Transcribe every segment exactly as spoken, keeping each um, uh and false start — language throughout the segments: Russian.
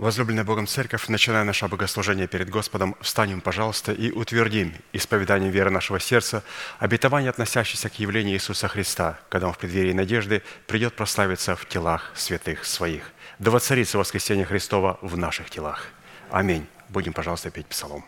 Возлюбленная Богом Церковь, начиная наше богослужение перед Господом, встанем, пожалуйста, и утвердим исповеданием веры нашего сердца обетование, относящееся к явлению Иисуса Христа, когда Он в преддверии надежды придет прославиться в телах святых Своих. Да воцарится воскресение Христова в наших телах. Аминь. Будем, пожалуйста, петь псалом.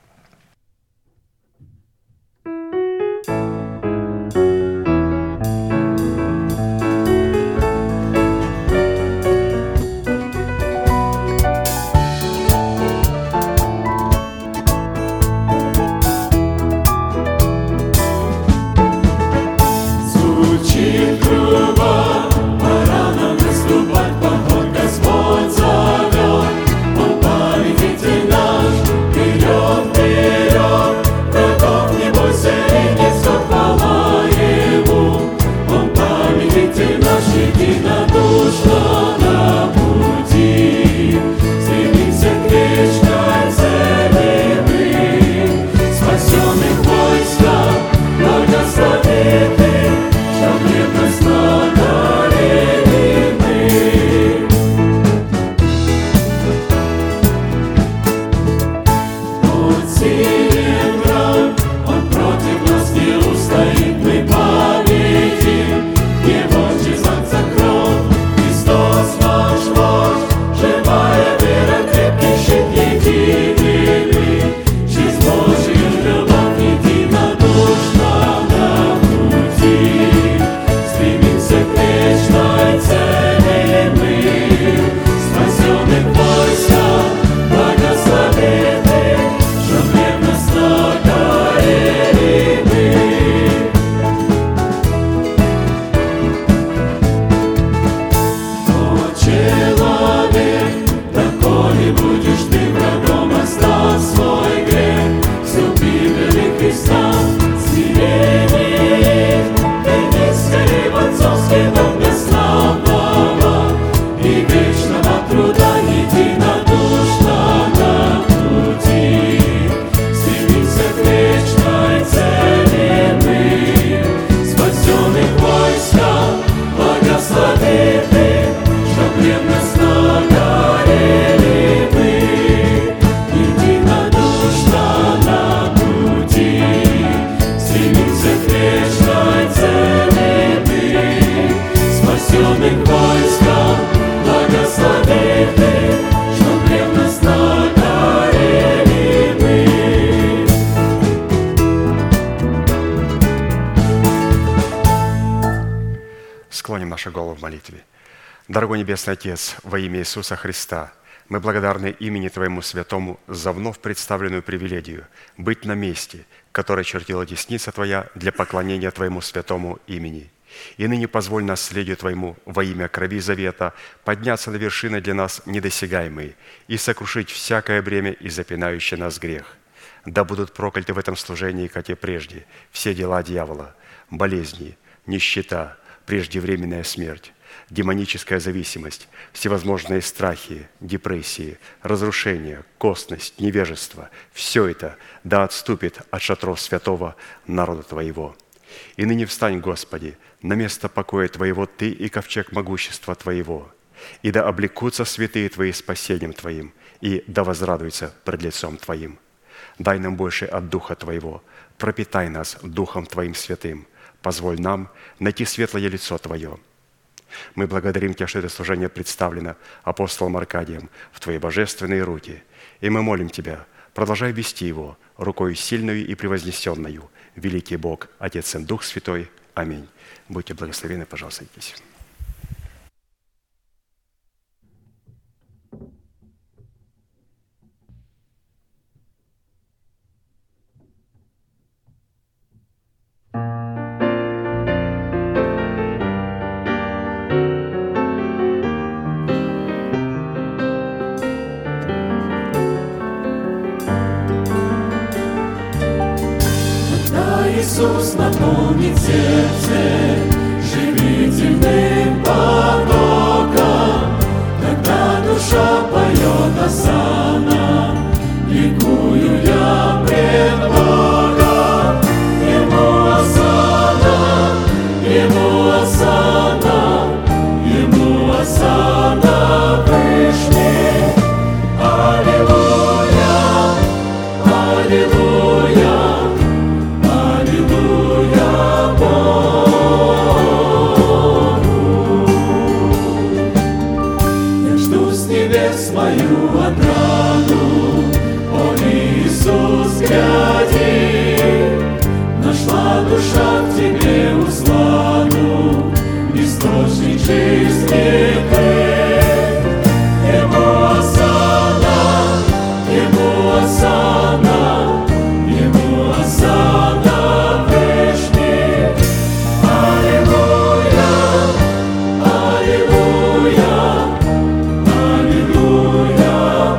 Дорогой Небесный Отец, во имя Иисуса Христа, мы благодарны имени Твоему Святому за вновь представленную привилегию быть на месте, которое чертила десница Твоя для поклонения Твоему Святому имени. И ныне позволь наследию Твоему во имя крови завета подняться на вершины для нас недосягаемые и сокрушить всякое бремя и запинающий нас грех. Да будут прокляты в этом служении, как и прежде, все дела дьявола, болезни, нищета, преждевременная смерть, демоническая зависимость, всевозможные страхи, депрессии, разрушения, косность, невежество – все это да отступит от шатров святого народа Твоего. И ныне встань, Господи, на место покоя Твоего Ты и ковчег могущества Твоего, и да облекутся святые Твои спасением Твоим, и да возрадуются пред лицом Твоим. Дай нам больше от Духа Твоего, пропитай нас Духом Твоим святым, позволь нам найти светлое лицо Твое. Мы благодарим Тебя, что это служение представлено апостолом Аркадием в Твои божественные руки. И мы молим Тебя, продолжай вести его рукою сильную и превознесенную, великий Бог, Отец и Дух Святой. Аминь. Будьте благословенны, пожалуйста, садитесь. Иисус наполнит сердце живительным потоком, когда душа поет осанна, ликую я пред Богом. Ему осанна, Ему осанна, Ему осанна вышних, мою отраду. О, Иисус, гряди, нашла душа в Тебе усладу, источник жизни Ты. Ему осана, Ему осана, Ему осана вышний. Аллилуйя, Аллилуйя, Аллилуйя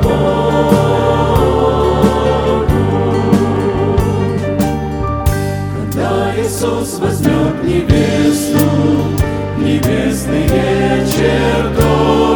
Богу. Когда Иисус возьмет невесту, небесные чертоги,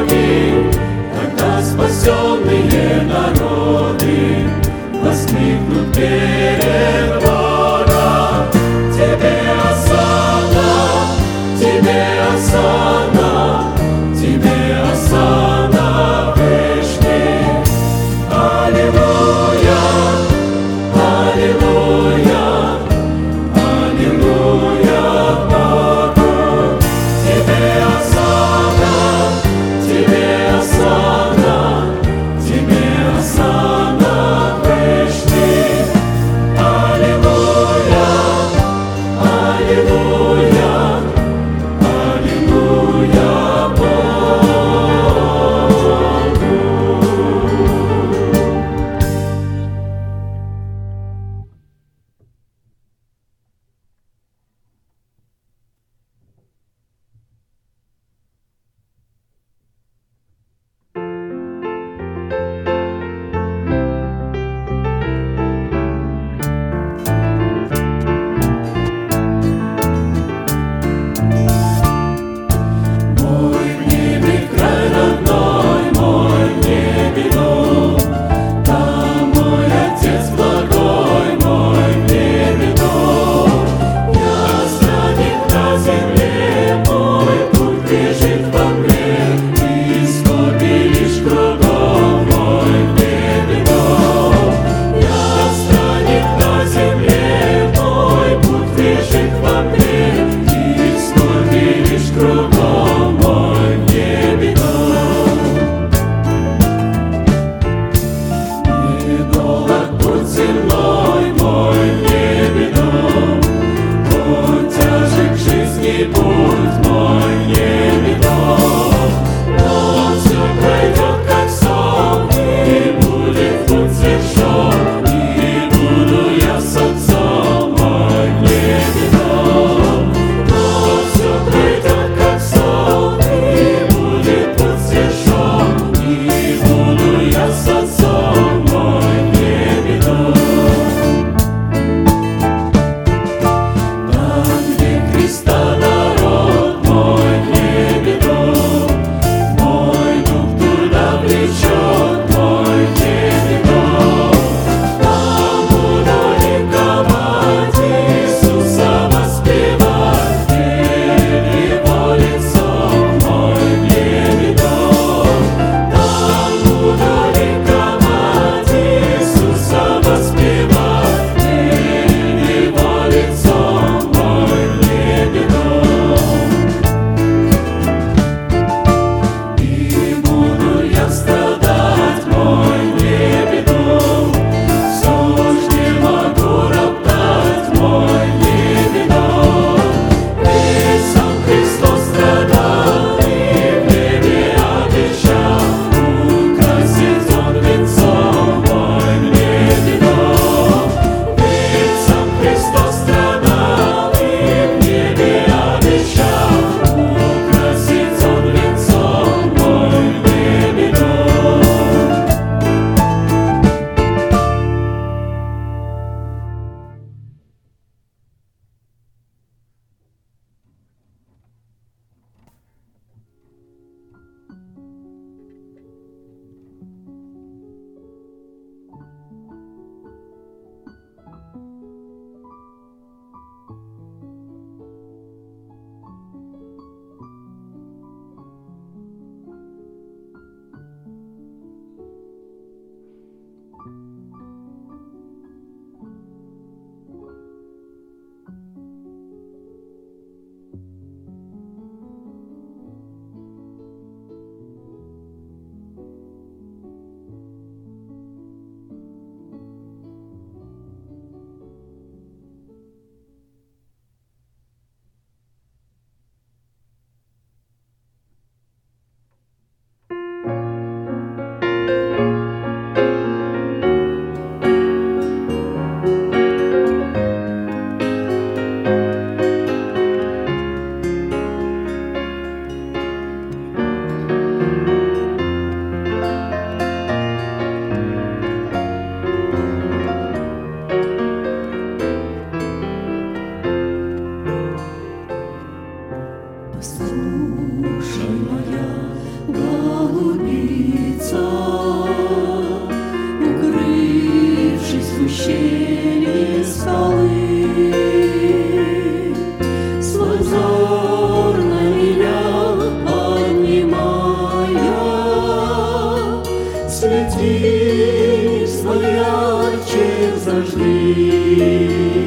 светильник свой ярче зажги.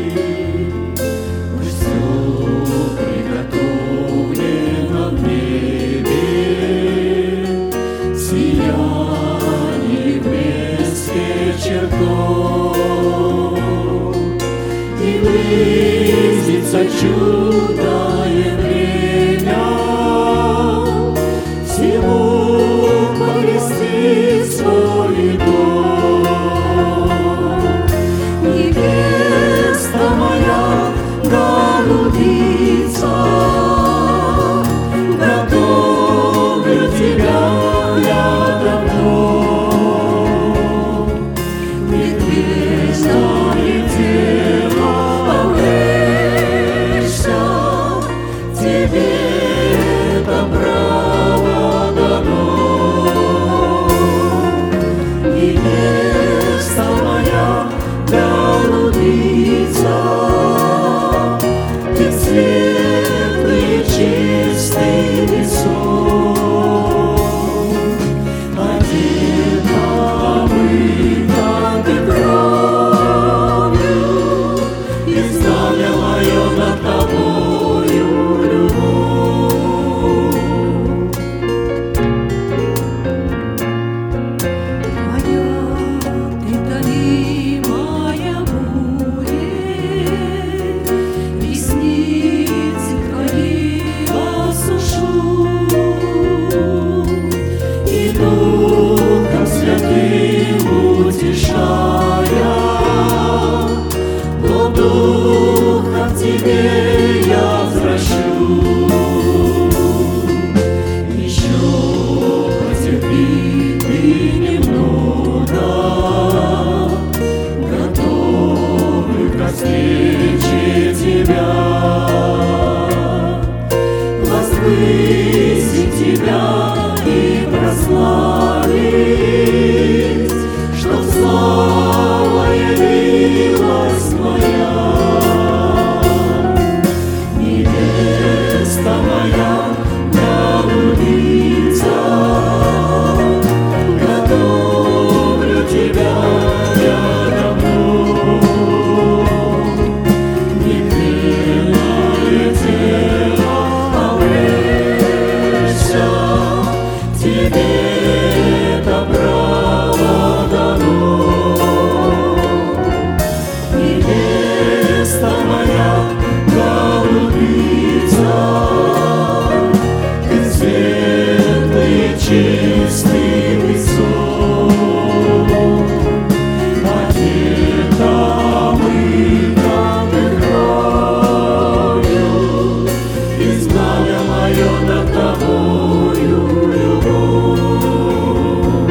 Пусть все приготовлено в небе, сияние вместе чертов, и близится чудное время, всему повестит свой дом. Невеста моя, голубица, готовлю тебя я давно. Медвежное тело облечься, тебе это право дано. Невеста моя, голубица, ты светлый, чистый весов, одета, омыта ты кровью, и знамя мое над тобою любовь. Моя ты таимая буря, ресницы твои осушу, и Духом Святым утешая, но Духа в тебе я взращу. Еще потерпи ты немного, готовлю к встрече тебя, возвысить тебя и прославить, чтоб слава явилась моя. Невеста моя, голубица, готовлю тебя я давно. Нетлинное тело облечься, тебе это право дано. Невеста моя, голубица, ты светлый, чистый весов, одета, омыта ты кровью, и знамя мое над тобою любовь.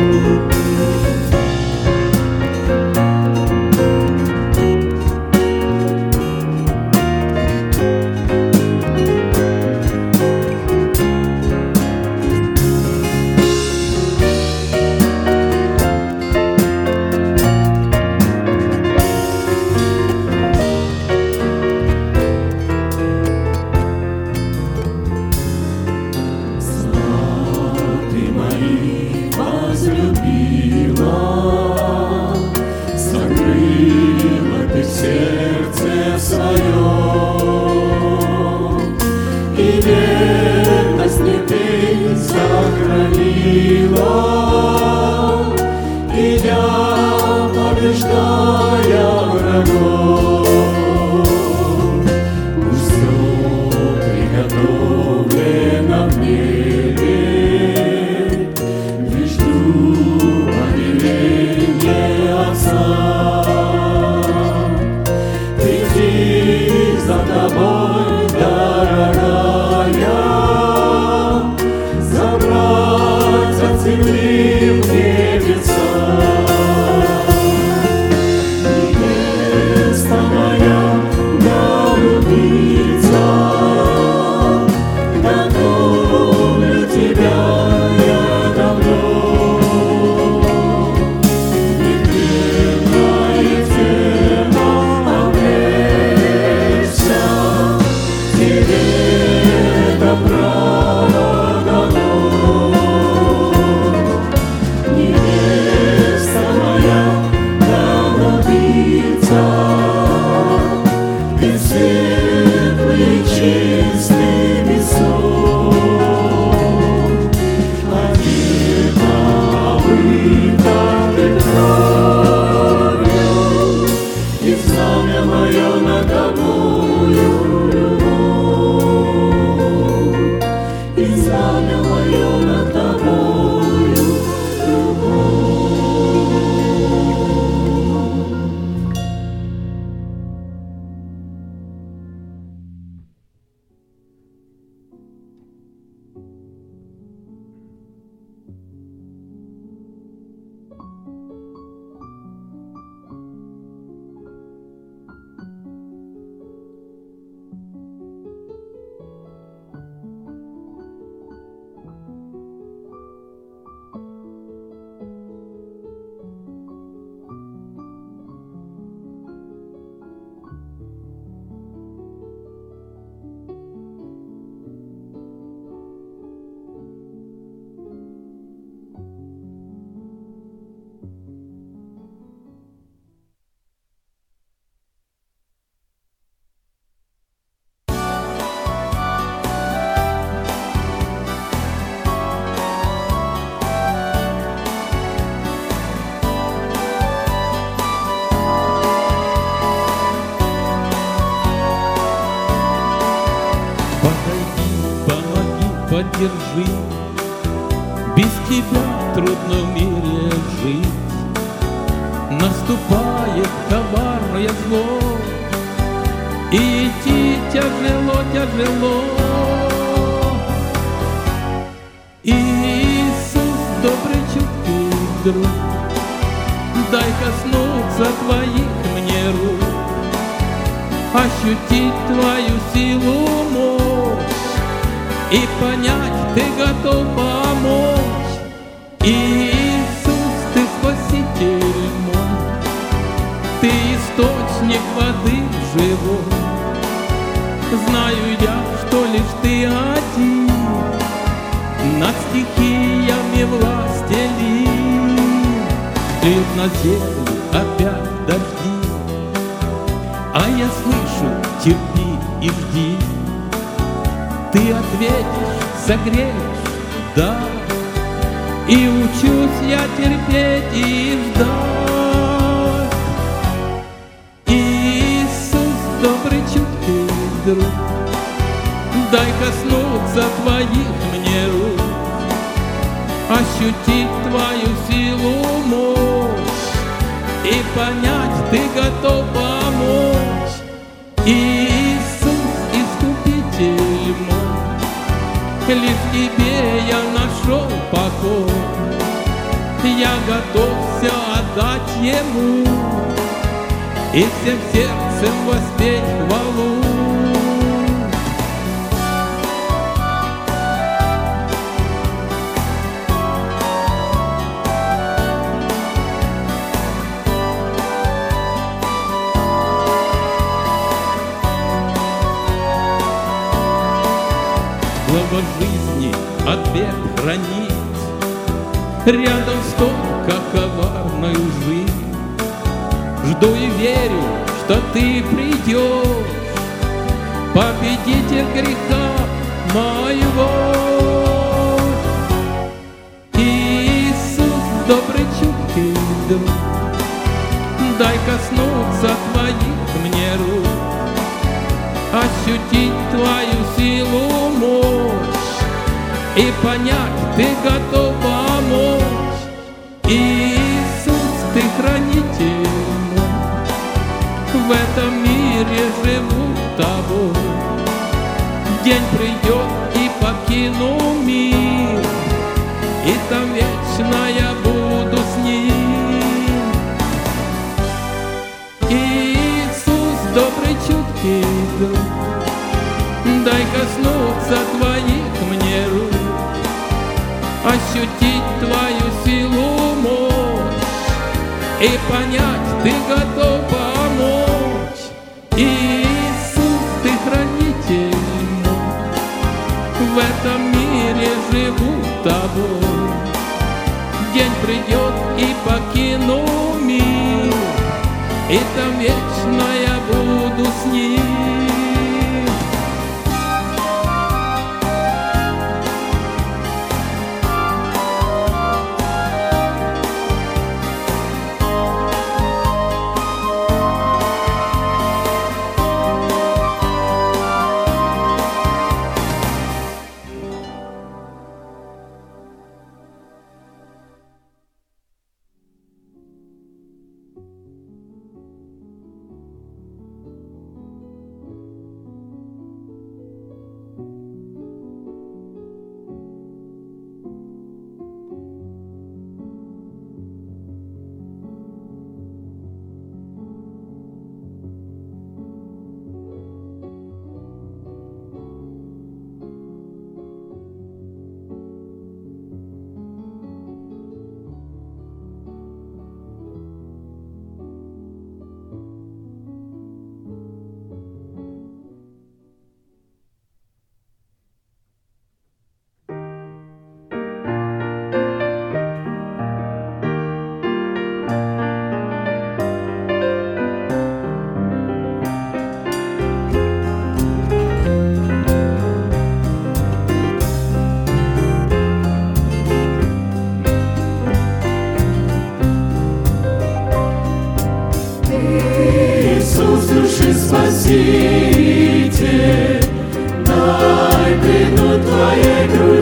Ты мои возлюбила, сокрыла ты в сердце своем, и верность мне ты сохранила, идя, побеждая врагов. Пусть все приготовлено в небе, лишь жду повеления Отца. Приди за тобой, дорогая, забрать от поддержи. Без Тебя трудно в мире жить. Наступает коварное зло, и идти тяжело, тяжело. Иисус, добрый, чуткий друг, дай коснуться Твоих мне рук, ощутить Твою силу, мощь, и понять, Ты готов помочь. Иисус, Ты Спаситель мой, Ты источник воды живой. Знаю я, что лишь Ты один над стихиями властелин. Льют на землю опять дожди, а я слышу: терпи и жди. Ты ответишь, согреешь, да, и учусь я терпеть и ждать. Иисус, добрый, чуткий друг, дай коснуться Твоих мне рук, ощутить Твою силу, мощь, и понять, Ты готов помочь. Иисус, искупитель мой, лишь в Тебе я нашел покой. Я готов все отдать Ему и всем сердцем воспеть хвалу. Слово жизни от бед хранит, рядом столько коварную жизнь. Жду и верю, что Ты придешь, победитель греха моего. Иисус, добрый, чуткий друг, дай коснуться Твоих мне рук, ощутить Твою силу, мощь, и понять, Ты готов помочь. Иисус, Ты хранитель мой, в этом мире живу Тобой. День придет и покину мир, и там вечно я буду с Ним. Иисус, добрый, чуткий друг, дай коснуться Твоих мне рук, ощутить Твою силу, мощь, и понять, Ты готов помочь. Иисус, Ты хранитель мой, в этом мире живу Тобой. День придет и покину мир, и там вечно я буду с Ним. Спаситель, дай плену Твоей груди.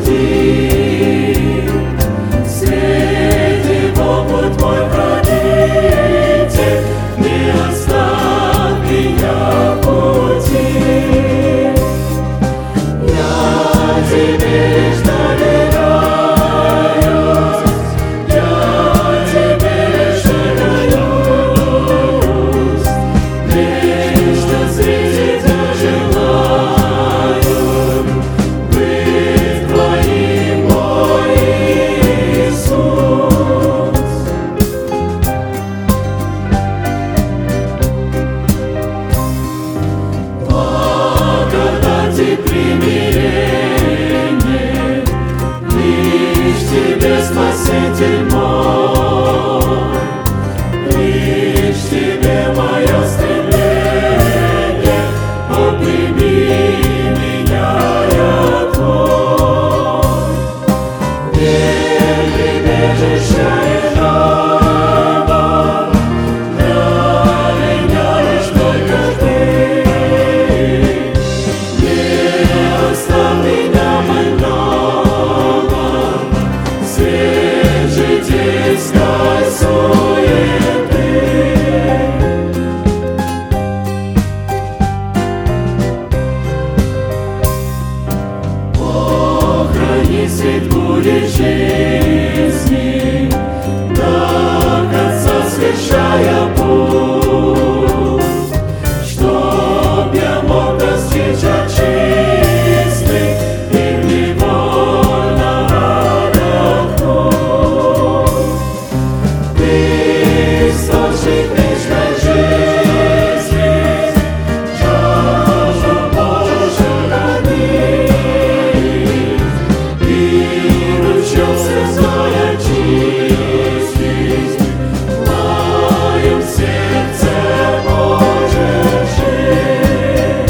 Спаситель мой, лишь Тебе мое стремление, обними меня, я Твой. Верный, прибежище и тайна, для меня лишь только Ты. Не оставь меня больного средь житейской суеты. Охрани свет бури жизни, до конца освещая путь, чтоб я мог достичь очистых и невольно отдохнуть. Ты источник вечной жизни, жажду Божию родить, и ручьем слезой очистить в моем сердце Божьей жить.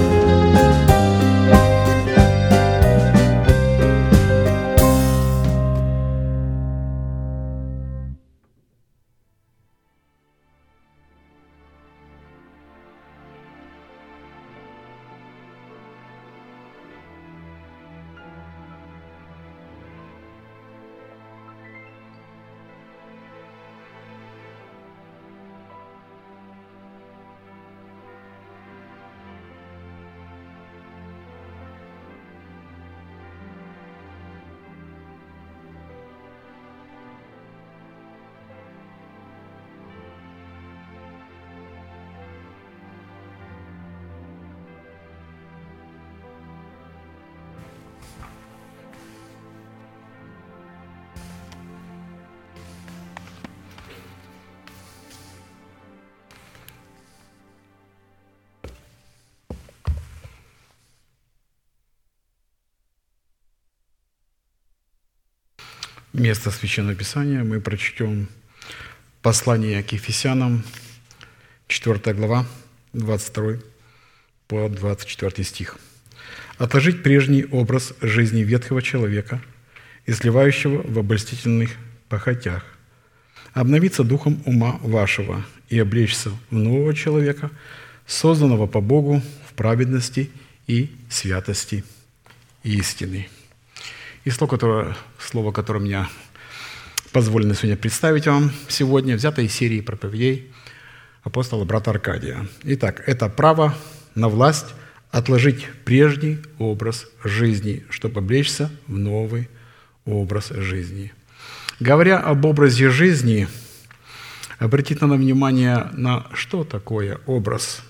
Место Священного Писания мы прочтем послание к Ефесянам, четвёртая глава, двадцать второй по двадцать четвёртый стих. «Отложить прежний образ жизни ветхого человека, изливающего в обольстительных похотях, обновиться духом ума вашего и облечься в нового человека, созданного по Богу в праведности и святости истины». И слово, которое, слово, которое мне позволено сегодня представить вам сегодня, взято из серии проповедей апостола брата Аркадия. Итак, это право на власть отложить прежний образ жизни, чтобы облечься в новый образ жизни. Говоря об образе жизни, обратите на внимание на что такое образ.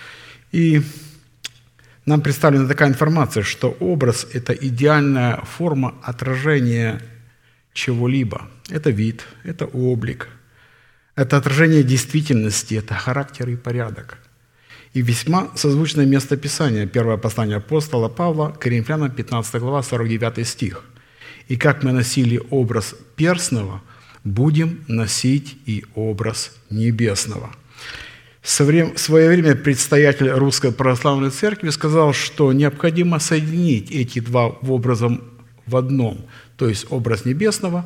И нам представлена такая информация, что образ – это идеальная форма отражения чего-либо. Это вид, это облик, это отражение действительности, это характер и порядок. И весьма созвучное место Писания, первое послание апостола Павла, Коринфянам, пятнадцатая глава, сорок девятый стих. «И как мы носили образ перстного, будем носить и образ небесного». В свое время предстоятель Русской Православной Церкви сказал, что необходимо соединить эти два образа в одном, то есть образ небесного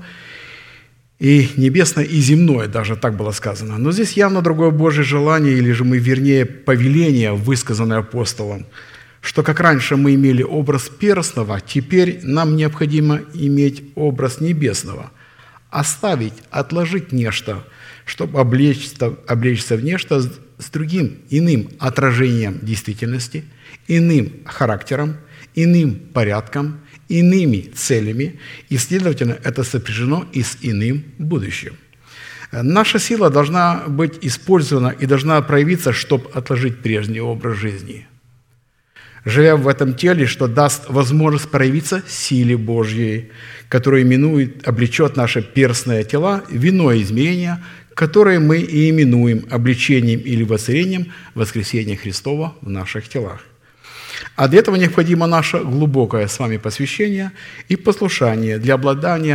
и небесное и земное, даже так было сказано. Но здесь явно другое Божье желание, или же мы, вернее, повеление, высказанное апостолом, что как раньше мы имели образ перстного, теперь нам необходимо иметь образ небесного, оставить, отложить нечто, чтобы облечься, облечься в нечто с другим, иным отражением действительности, иным характером, иным порядком, иными целями, и, следовательно, это сопряжено и с иным будущим. Наша сила должна быть использована и должна проявиться, чтобы отложить прежний образ жизни, живя в этом теле, что даст возможность проявиться силе Божьей, которая именует, облечет наши перстные тела в иное измерение, которое мы и именуем обличением или воцарением воскресения Христова в наших телах. А для этого необходимо наше глубокое с вами посвящение и послушание для обладания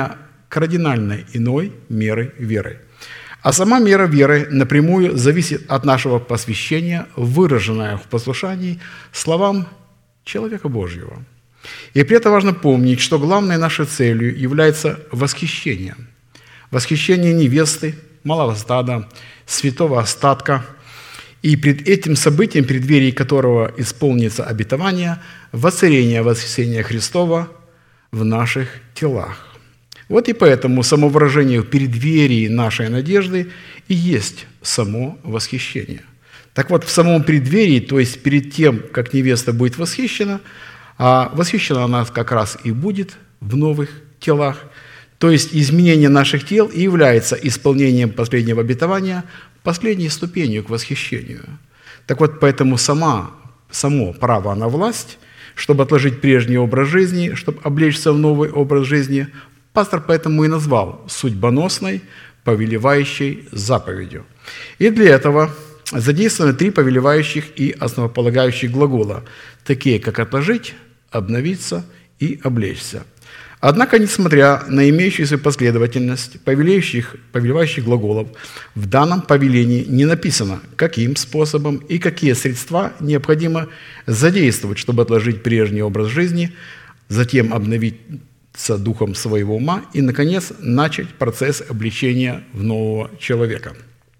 кардинально иной меры веры. А сама мера веры напрямую зависит от нашего посвящения, выраженное в послушании словам человека Божьего. И при этом важно помнить, что главной нашей целью является восхищение. Восхищение невесты, малого стада, святого остатка. И пред этим событием, преддверии которого исполнится обетование, воцарение воскресения Христова в наших телах. Вот и поэтому само выражение в преддверии нашей надежды и есть само восхищение. Так вот, в самом преддверии, то есть перед тем, как невеста будет восхищена, а восхищена она как раз и будет в новых телах, то есть изменение наших тел и является исполнением последнего обетования, последней ступенью к восхищению. Так вот, поэтому сама, само право на власть, чтобы отложить прежний образ жизни, чтобы облечься в новый образ жизни, пастор поэтому и назвал судьбоносной, повелевающей заповедью. И для этого задействованы три повелевающих и основополагающих глагола, такие как «отложить», «обновиться» и «облечься». Однако, несмотря на имеющуюся последовательность повелевающих, повелевающих глаголов, в данном повелении не написано, каким способом и какие средства необходимо задействовать, чтобы отложить прежний образ жизни, затем обновиться духом своего ума и, наконец, начать процесс обличения в нового человека.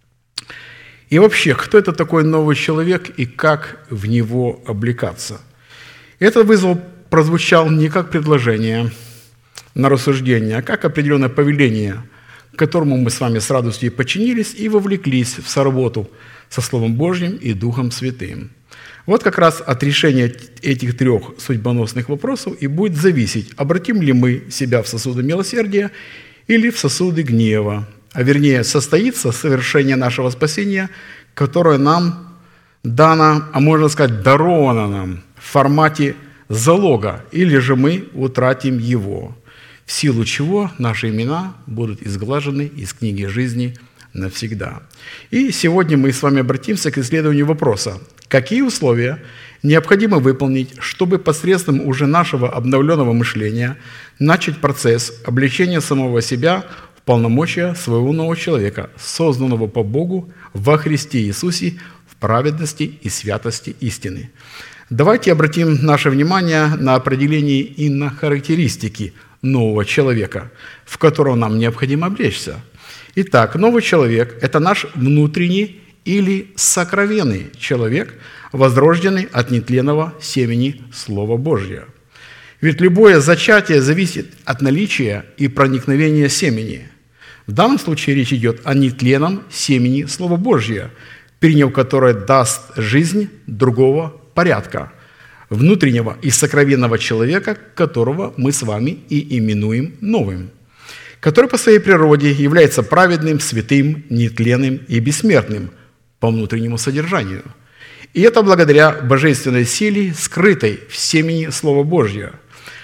И вообще, кто это такой новый человек и как в него облекаться? Этот вызов прозвучал не как предложение на рассуждение, а как определенное повеление, к которому мы с вами с радостью подчинились и вовлеклись в соработу со Словом Божьим и Духом Святым. Вот как раз от решения этих трех судьбоносных вопросов и будет зависеть, обратим ли мы себя в сосуды милосердия или в сосуды гнева, а вернее состоится совершение нашего спасения, которое нам дано, а можно сказать, даровано нам в формате залога, или же мы утратим его, в силу чего наши имена будут изглажены из книги жизни навсегда. И сегодня мы с вами обратимся к исследованию вопроса, какие условия необходимо выполнить, чтобы посредством уже нашего обновленного мышления начать процесс обличения самого себя в полномочия своего нового человека, созданного по Богу во Христе Иисусе в праведности и святости истины. Давайте обратим наше внимание на определение и на характеристики нового человека, в которого нам необходимо облечься. Итак, новый человек – это наш внутренний или сокровенный человек, возрожденный от нетленного семени Слова Божьего. Ведь любое зачатие зависит от наличия и проникновения семени. В данном случае речь идет о нетленном семени Слова Божьего, приняв которое даст жизнь другого порядка, внутреннего и сокровенного человека, которого мы с вами и именуем новым, который по своей природе является праведным, святым, нетленным и бессмертным по внутреннему содержанию. И это благодаря божественной силе, скрытой в семени Слова Божьего.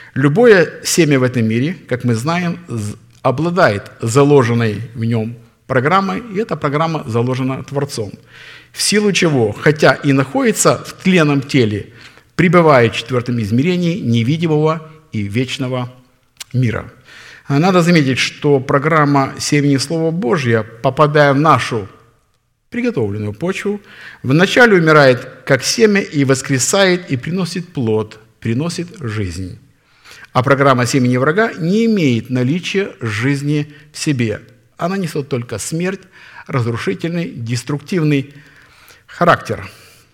Любое семя в этом мире, как мы знаем, обладает заложенной в нем программой, и эта программа заложена Творцом, в силу чего, хотя и находится в тленном теле, пребывает в четвертом измерении невидимого и вечного мира. Надо заметить, что программа семени Слова Божьего, попадая в нашу приготовленную почву, вначале умирает как семя и воскресает, и приносит плод, приносит жизнь. А программа семени врага не имеет наличия жизни в себе. Она несет только смерть, разрушительный, деструктивный характер.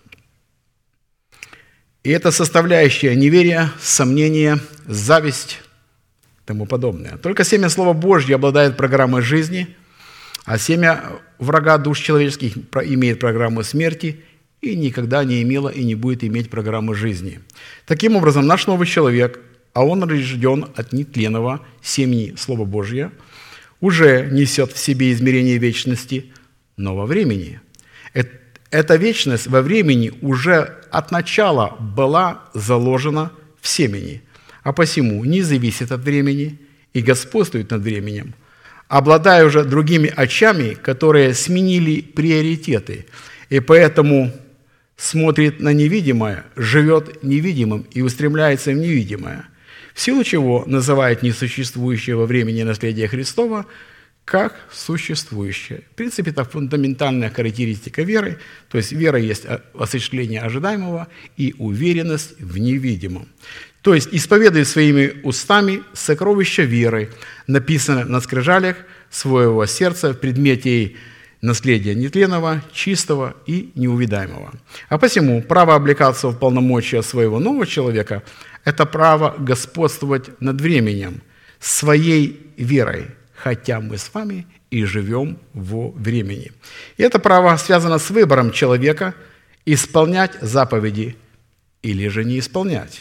И это составляющая неверие, сомнение, зависть и тому подобное. Только семя Слова Божьего обладает программой жизни, а семя врага душ человеческих имеет программу смерти и никогда не имело и не будет иметь программы жизни. Таким образом, наш новый человек, а он рожден от нетленного семени Слова Божьего, уже несет в себе измерение вечности, но во времени. Эта вечность во времени уже от начала была заложена в семени, а посему не зависит от времени и господствует над временем, обладая уже другими очами, которые сменили приоритеты, и поэтому смотрит на невидимое, живет невидимым и устремляется в невидимое. в силу чего называет несуществующее во времени наследие Христова как существующее. В принципе, это фундаментальная характеристика веры, то есть вера есть осуществление ожидаемого и уверенность в невидимом. То есть исповедуй своими устами сокровища веры, написанное на скрижалях своего сердца в предмете наследия нетленного, чистого и неувидаемого. А посему право облекаться в полномочия своего нового человека – это право господствовать над временем своей верой, хотя мы с вами и живем во времени. И это право связано с выбором человека исполнять заповеди или же не исполнять.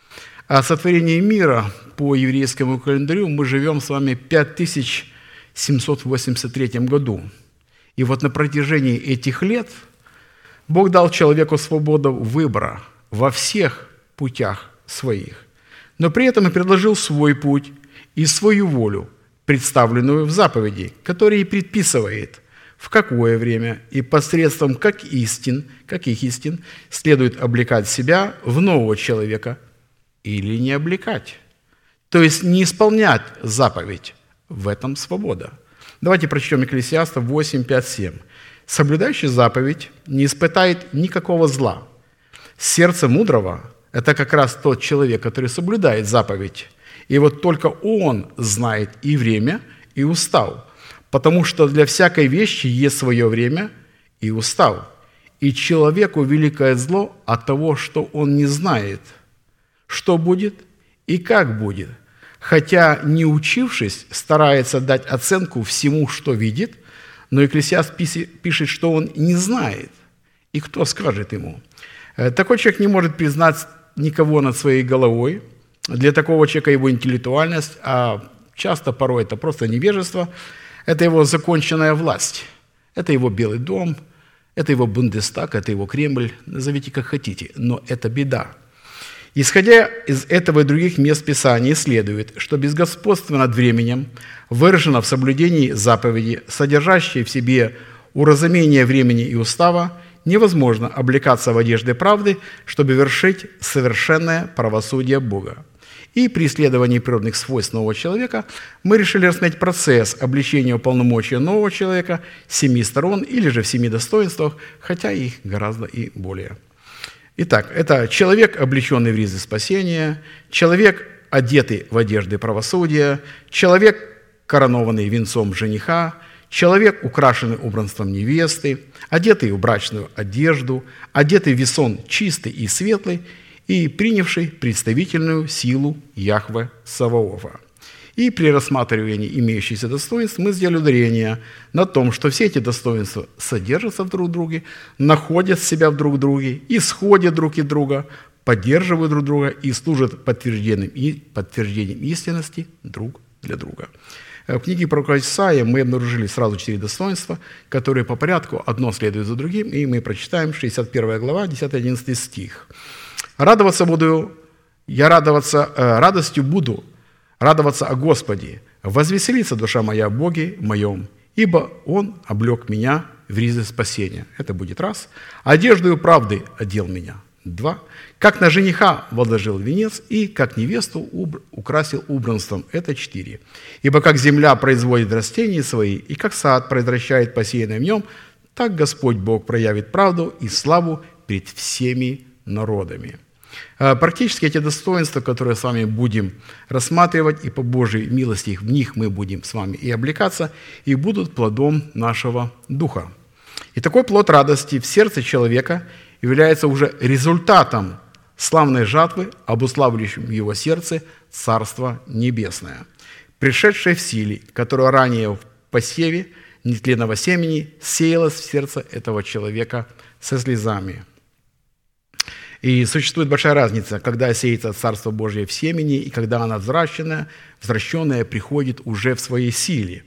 О сотворении мира по еврейскому календарю мы живем с вами в пять тысяч семьсот восемьдесят третьем году. И вот на протяжении этих лет Бог дал человеку свободу выбора во всех путях своих, но при этом и предложил свой путь и свою волю, представленную в заповеди, которые предписывает, в какое время и посредством как истин, каких истин следует облекать себя в нового человека или не облекать. То есть не исполнять заповедь. В этом свобода. Давайте прочтем Екклесиаста восемь, пять, семь. «Соблюдающий заповедь не испытает никакого зла. Сердце мудрого – это как раз тот человек, который соблюдает заповедь. И вот только он знает и время, и устав, потому что для всякой вещи есть свое время и устав. И человеку великое зло от того, что он не знает, что будет и как будет, хотя, не учившись, старается дать оценку всему, что видит, но Екклесиаст пишет, что он не знает. И кто скажет ему? Такой человек не может признать никого над своей головой. Для такого человека его интеллектуальность, а часто порой это просто невежество, это его законченная власть, это его Белый дом, это его Бундестаг, это его Кремль, назовите как хотите, но это беда. Исходя из этого и других мест Писания, следует, что безгосподство над временем выражено в соблюдении заповеди, содержащей в себе уразумение времени и устава, невозможно облекаться в одежды правды, чтобы вершить совершенное правосудие Бога. И при исследовании природных свойств нового человека мы решили рассмотреть процесс обличения полномочия нового человека с семи сторон или же в семи достоинствах, хотя их гораздо и более. Итак, это человек, облеченный в ризы спасения, человек, одетый в одежды правосудия, человек, коронованный венцом жениха, человек, украшенный убранством невесты, одетый в брачную одежду, одетый в весон чистый и светлый и принявший представительную силу Яхве Саваофа. И при рассматривании имеющихся достоинств мы сделали ударение на том, что все эти достоинства содержатся в друг друге, находят себя в друг друге, исходят друг из друга, поддерживают друг друга и служат подтверждением, и подтверждением истинности друг для друга. В книге пророка Исаия мы обнаружили сразу четыре достоинства, которые по порядку одно следует за другим, и мы прочитаем шестьдесят первая глава, десятый-одиннадцатый стих. «Радоваться буду, я радоваться, э, радостью буду, радоваться о Господе, возвеселится душа моя о Боге моем, ибо Он облег меня в ризы спасения». Это будет раз. «Одеждою правды одел меня». Два. «Как на жениха возложил венец, и как невесту убр... украсил убранством». Это четыре. «Ибо как земля производит растения свои, и как сад произвращает посеянное в нем, так Господь Бог проявит правду и славу пред всеми народами». Практически эти достоинства, которые с вами будем рассматривать, и по Божьей милости в них мы будем с вами и облекаться, и будут плодом нашего духа. И такой плод радости в сердце человека является уже результатом славной жатвы, обуславливающим в его сердце Царство Небесное, пришедшее в силе, которое ранее в посеве нетленного семени сеялось в сердце этого человека со слезами. И существует большая разница, когда сеется Царство Божие в семени, и когда она взращенная, взращенная приходит уже в своей силе.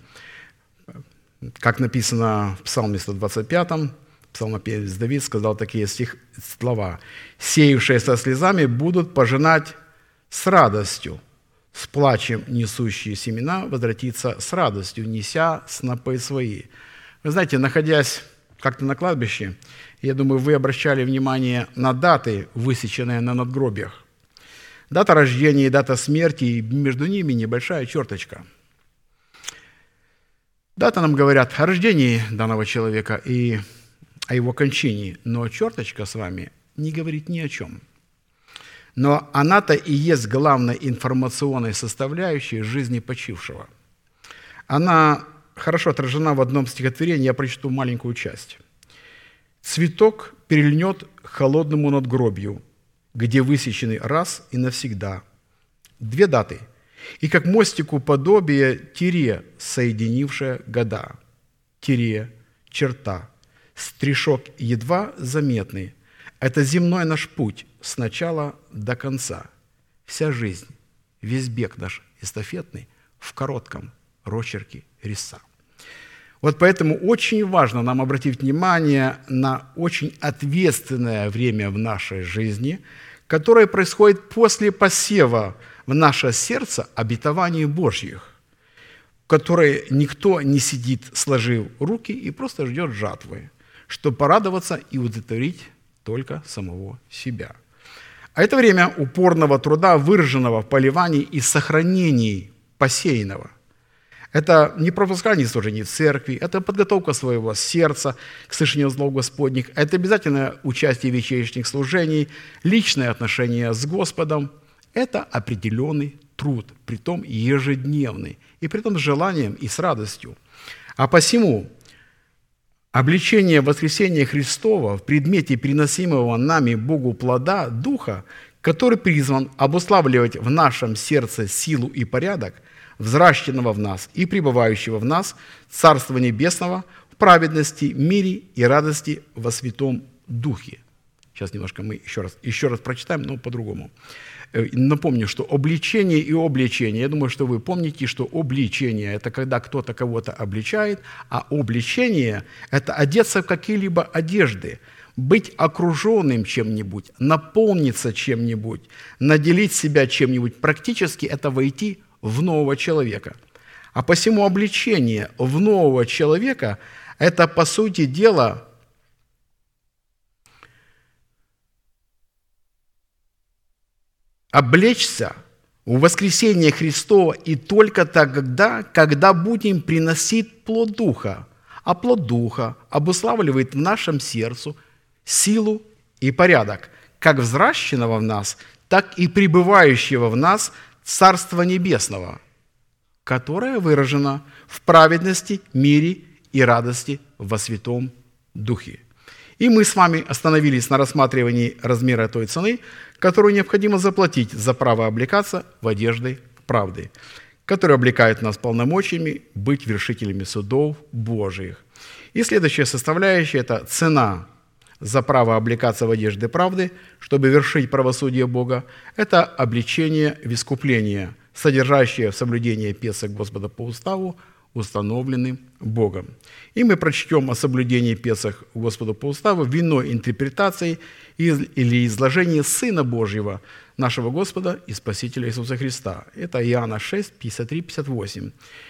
Как написано в Псалме сто двадцать пятом, псалмопевец Давид сказал такие стих, слова: «Сеявшие со слезами будут пожинать с радостью, с плачем несущие семена возвратиться с радостью, неся снопы свои». Вы знаете, находясь как-то на кладбище, я думаю, вы обращали внимание на даты, высеченные на надгробиях. Дата рождения и дата смерти, и между ними небольшая черточка. Дата нам говорят о рождении данного человека и о его кончине, но черточка с вами не говорит ни о чем. Но она-то и есть главной информационной составляющей жизни почившего. Она хорошо отражена в одном стихотворении, я прочту маленькую часть. «Цветок перельнет холодному надгробью, где высечены раз и навсегда». Две даты. И как мостику подобие тире, соединившее года. Тире, черта, стришок едва заметный. Это земной наш путь с начала до конца. Вся жизнь, весь бег наш эстафетный в коротком росчерке резца. Вот поэтому очень важно нам обратить внимание на очень ответственное время в нашей жизни, которое происходит после посева в наше сердце обетований Божьих, в которое никто не сидит, сложив руки, и просто ждет жатвы, чтобы порадоваться и удовлетворить только самого себя. А это время упорного труда, выраженного в поливании и сохранении посеянного. Это не пропускание служений в церкви, это подготовка своего сердца к слышанию слов Господних, это обязательное участие в вечерних служениях, личное отношение с Господом. Это определенный труд, притом ежедневный, и притом с желанием и с радостью. А посему обличение воскресения Христова в предмете приносимого нами Богу плода Духа, который призван обуславливать в нашем сердце силу и порядок, взращенного в нас и пребывающего в нас Царства Небесного в праведности, мире и радости во Святом Духе. Сейчас немножко мы еще раз, еще раз прочитаем, но по-другому. Напомню, что обличение и обличение, я думаю, что вы помните, что обличение – это когда кто-то кого-то обличает, а обличение – это одеться в какие-либо одежды, быть окруженным чем-нибудь, наполниться чем-нибудь, наделить себя чем-нибудь. Практически это войти в нового человека. А посему обличение в нового человека – это, по сути дела, облечься в воскресение Христова и только тогда, когда будем приносить плод Духа. А плод Духа обуславливает в нашем сердце силу и порядок, как взращенного в нас, так и пребывающего в нас Царства Небесного, которое выражено в праведности, мире и радости во Святом Духе. И мы с вами остановились на рассматривании размера той цены, которую необходимо заплатить за право облекаться в одежды правды, которая облекает нас полномочиями быть вершителями судов Божиих. И следующая составляющая – это цена за право облекаться в одежды правды, чтобы вершить правосудие Бога. Это обличение в искупление, содержащее в соблюдении Песах Господа по уставу, установленным Богом. И мы прочтем о соблюдении Песах Господу по уставу в иной интерпретации или изложении Сына Божьего, нашего Господа и Спасителя Иисуса Христа. Это Иоанна шесть, пятьдесят три пятьдесят восемь.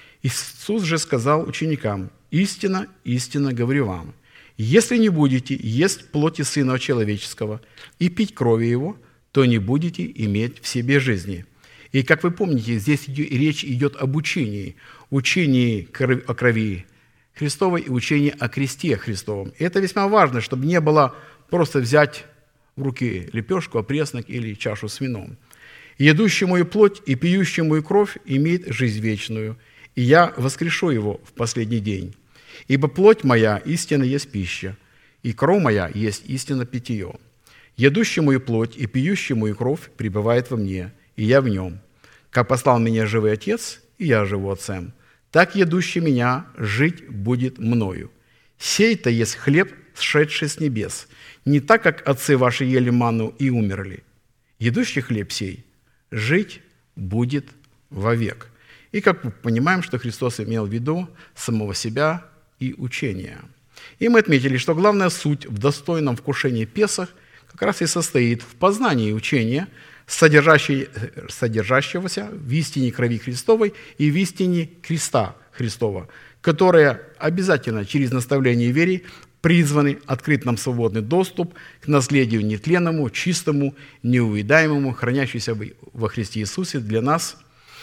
Иисус же сказал ученикам: «Истинно, истинно говорю вам, если не будете есть плоти Сына Человеческого и пить крови Его, то не будете иметь в себе жизни». И, как вы помните, здесь речь идет об учении, учении о крови Христовой и учении о кресте Христовом. И это весьма важно, чтобы не было просто взять в руки лепешку, опреснок или чашу с вином. «Едущий мою плоть и пьющий мою кровь имеет жизнь вечную, и я воскрешу его в последний день. Ибо плоть моя истинно есть пища, и кровь моя есть истинно питье. Едущий мою плоть и пьющий мою кровь пребывает во мне, и я в нем. Как послал меня живой Отец, и я живу Отцем, так едущий меня жить будет мною. Сей-то есть хлеб, сшедший с небес, не так, как отцы ваши ели манну и умерли. Едущий хлеб сей жить будет вовек». И как мы понимаем, что Христос имел в виду самого себя и учения. И мы отметили, что главная суть в достойном вкушении Песах как раз и состоит в познании учения, содержащегося в истине крови Христовой и в истине креста Христова, которая обязательно через наставление вере призваны открыть нам свободный доступ к наследию нетленному, чистому, неувидаемому, хранящемуся во Христе Иисусе для нас,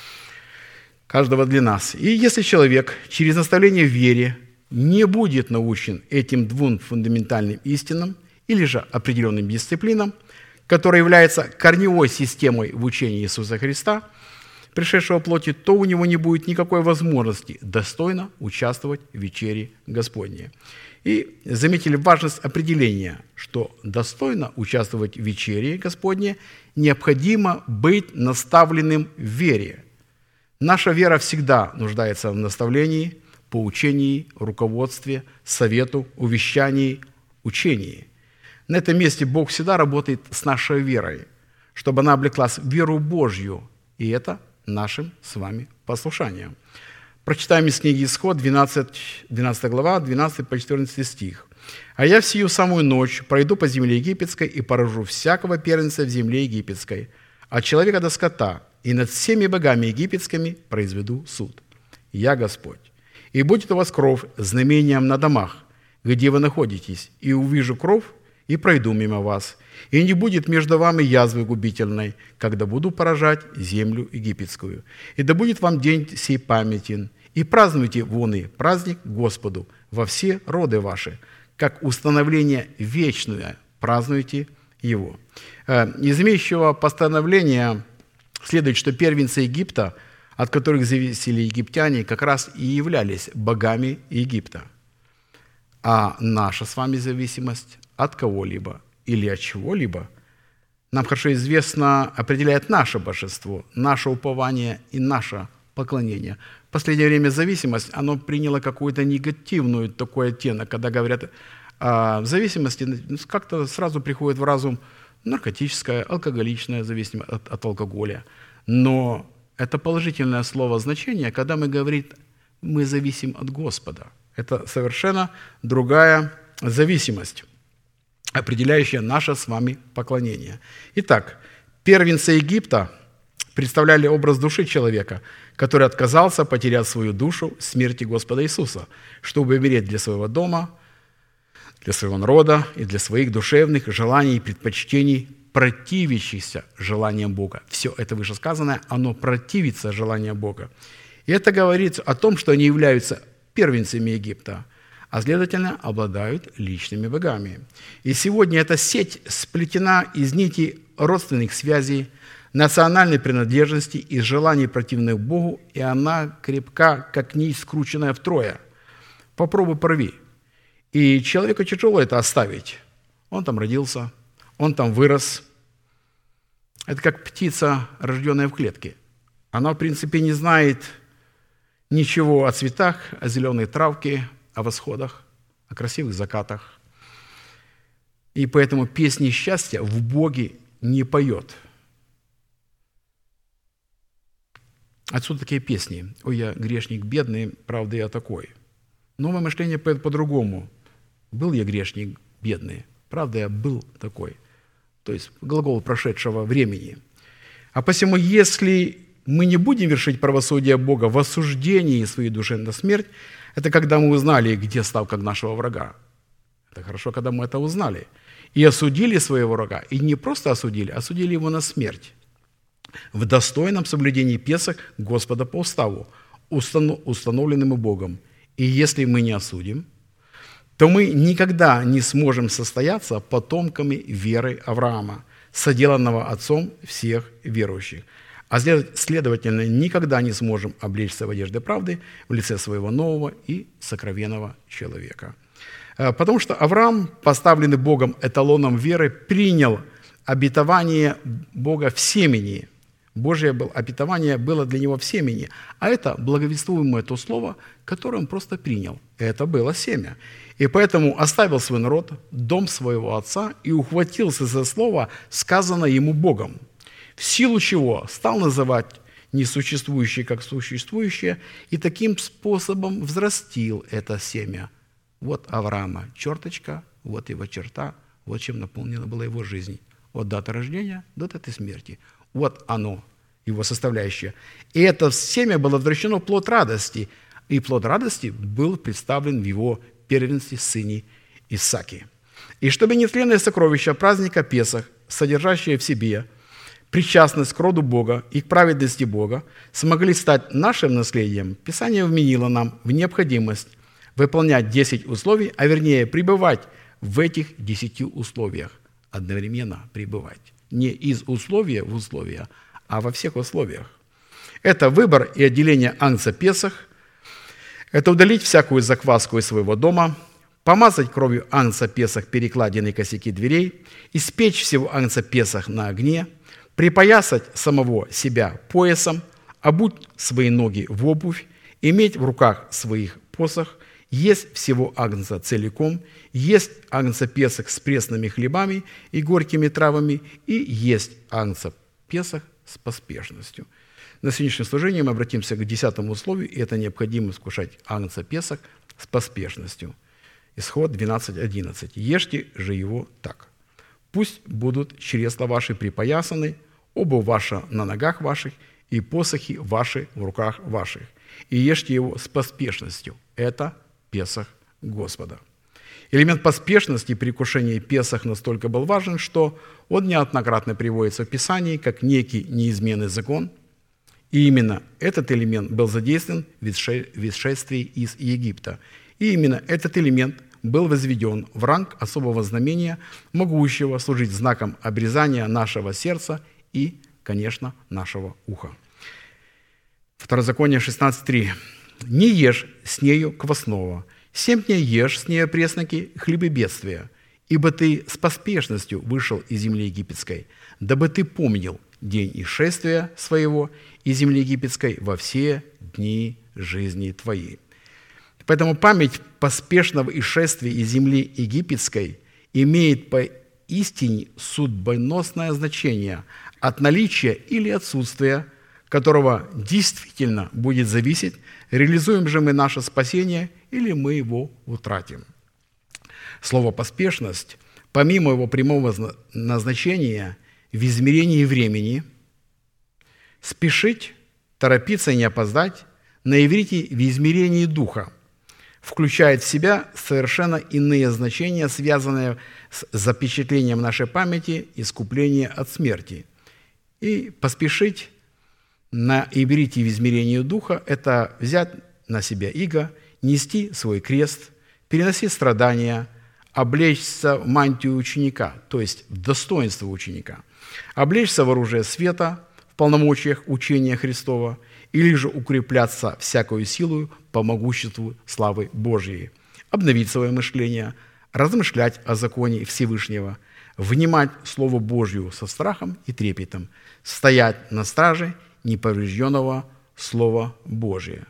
каждого для нас. И если человек через наставление в вере не будет научен этим двум фундаментальным истинам или же определенным дисциплинам, которые являются корневой системой в учении Иисуса Христа, пришедшего в плоти, то у него не будет никакой возможности достойно участвовать в вечере Господней. И заметили важность определения, что достойно участвовать в вечере Господней необходимо быть наставленным в вере. Наша вера всегда нуждается в наставлении, поучении, руководстве, совету, увещании, учении. На этом месте Бог всегда работает с нашей верой, чтобы она облеклась в веру Божью, и это нашим с вами послушанием. Прочитаем из книги Исход, двенадцатая глава, двенадцатый по четырнадцатый стих. «А я в сию самую ночь пройду по земле египетской и поражу всякого первенца в земле египетской, от человека до скота, и над всеми богами египетскими произведу суд. Я Господь. И будет у вас кровь знамением на домах, где вы находитесь, и увижу кровь, и пройду мимо вас, и не будет между вами язвы губительной, когда буду поражать землю египетскую. И да будет вам день сей памятен, и празднуйте воны праздник Господу во все роды ваши, как установление вечное празднуйте его». Из имеющего постановления следует, что первенцы Египта, от которых зависели египтяне, как раз и являлись богами Египта. А наша с вами зависимость от кого-либо или от чего-либо, нам хорошо известно, определяет наше божество, наше упование и наше поклонение. В последнее время зависимость, оно приняло какую-то негативную такой оттенок, когда говорят о зависимости, как-то сразу приходит в разум наркотическая, алкоголичная зависимость от, от алкоголя. Но это положительное слово значение, когда мы говорим, мы зависим от Господа. Это совершенно другая зависимость, определяющая наше с вами поклонение. Итак, первенцы Египта представляли образ души человека, который отказался потерять свою душу в смерти Господа Иисуса, чтобы умереть для своего дома, для своего народа и для своих душевных желаний и предпочтений, противящихся желаниям Бога. Все это вышесказанное, оно противится желаниям Бога. И это говорит о том, что они являются первенцами Египта, а следовательно, обладают личными богами. И сегодня эта сеть сплетена из нитей родственных связей, национальной принадлежности и желаний противных Богу, и она крепка, как нить, скрученная втрое. Попробуй порви. И человеку тяжело это оставить. Он там родился, он там вырос. Это как птица, рожденная в клетке. Она, в принципе, не знает ничего о цветах, о зеленой травке, о восходах, о красивых закатах. И поэтому песни счастья в Боге не поет. Отсюда такие песни. «Ой, я грешник бедный, правда я такой». Новое мышление поет по-другому. «Был я грешник бедный, правда я был такой». То есть глагол прошедшего времени. А посему, если мы не будем вершить правосудие Бога в осуждении своей души на смерть, это когда мы узнали, где ставка нашего врага. Это хорошо, когда мы это узнали. И осудили своего врага. И не просто осудили, осудили его на смерть. В достойном соблюдении Песах Господа по уставу, установленному Богом. И если мы не осудим, то мы никогда не сможем состояться потомками веры Авраама, соделанного отцом всех верующих. А следовательно, никогда не сможем облечься в одежды правды в лице своего нового и сокровенного человека. Потому что Авраам, поставленный Богом эталоном веры, принял обетование Бога в семени. Божье обетование было для него в семени, а это благовествуемое то слово, которое он просто принял. Это было семя. И поэтому оставил свой народ, дом своего отца и ухватился за слово, сказанное ему Богом, в силу чего стал называть несуществующее как существующее, и таким способом взрастил это семя. Вот Авраама черточка, вот его черта, вот чем наполнена была его жизнь. От даты рождения до даты смерти. Вот оно, его составляющее. И это семя было возвращено в плод радости. И плод радости был представлен в его первенстве, сыне Исааки. И чтобы нетленное сокровище праздника Песах, содержащее в себе причастность к роду Бога и к праведности Бога, смогли стать нашим наследием, Писание вменило нам в необходимость выполнять десять условий, а вернее пребывать в этих десяти условиях, одновременно пребывать. Не из условия в условия, а во всех условиях. Это выбор и отделение агнца Песах, это удалить всякую закваску из своего дома, помазать кровью агнца Песах перекладины косяки дверей, испечь всего агнца Песах на огне, припоясать самого себя поясом, обуть свои ноги в обувь, иметь в руках своих посох, есть всего агнца целиком, есть агнца Песах с пресными хлебами и горькими травами, и есть агнца Песах с поспешностью. На сегодняшнем служении мы обратимся к десятому условию, и это необходимо вкушать агнца Песах с поспешностью. Исход двенадцать одиннадцать. «Ешьте же его так. Пусть будут чресла ваши припоясаны, обувь ваша на ногах ваших, и посохи ваши в руках ваших. И ешьте его с поспешностью. Это Песах Господа». Элемент поспешности при кушении Песах настолько был важен, что он неоднократно приводится в Писании как некий неизменный закон, и именно этот элемент был задействован в исшествии из Египта. И именно этот элемент был возведен в ранг особого знамения, могущего служить знаком обрезания нашего сердца и, конечно, нашего уха. Второзаконие шестнадцать три. «Не ешь с нею квасного, семь дней ешь с нею пресноки хлебы бедствия, ибо ты с поспешностью вышел из земли египетской, дабы ты помнил день исшествия своего из земли египетской во все дни жизни твоей». Поэтому память поспешного исшествия из земли египетской имеет поистине судьбоносное значение от наличия или отсутствия, которого действительно будет зависеть, реализуем же мы наше спасение или мы его утратим. Слово «поспешность», помимо его прямого назначения в измерении времени, спешить, торопиться и не опоздать, на иврите в измерении духа, включает в себя совершенно иные значения, связанные с запечатлением нашей памяти искупления от смерти. И поспешить на иврите в измерении духа – это взять на себя иго, нести свой крест, переносить страдания, облечься в мантию ученика, то есть в достоинство ученика, облечься в оружие света, в полномочиях учения Христова, или же укрепляться всякою силою по могуществу славы Божьей, обновить свое мышление, размышлять о законе Всевышнего, внимать Слову Божью со страхом и трепетом, стоять на страже неповрежденного Слова Божия.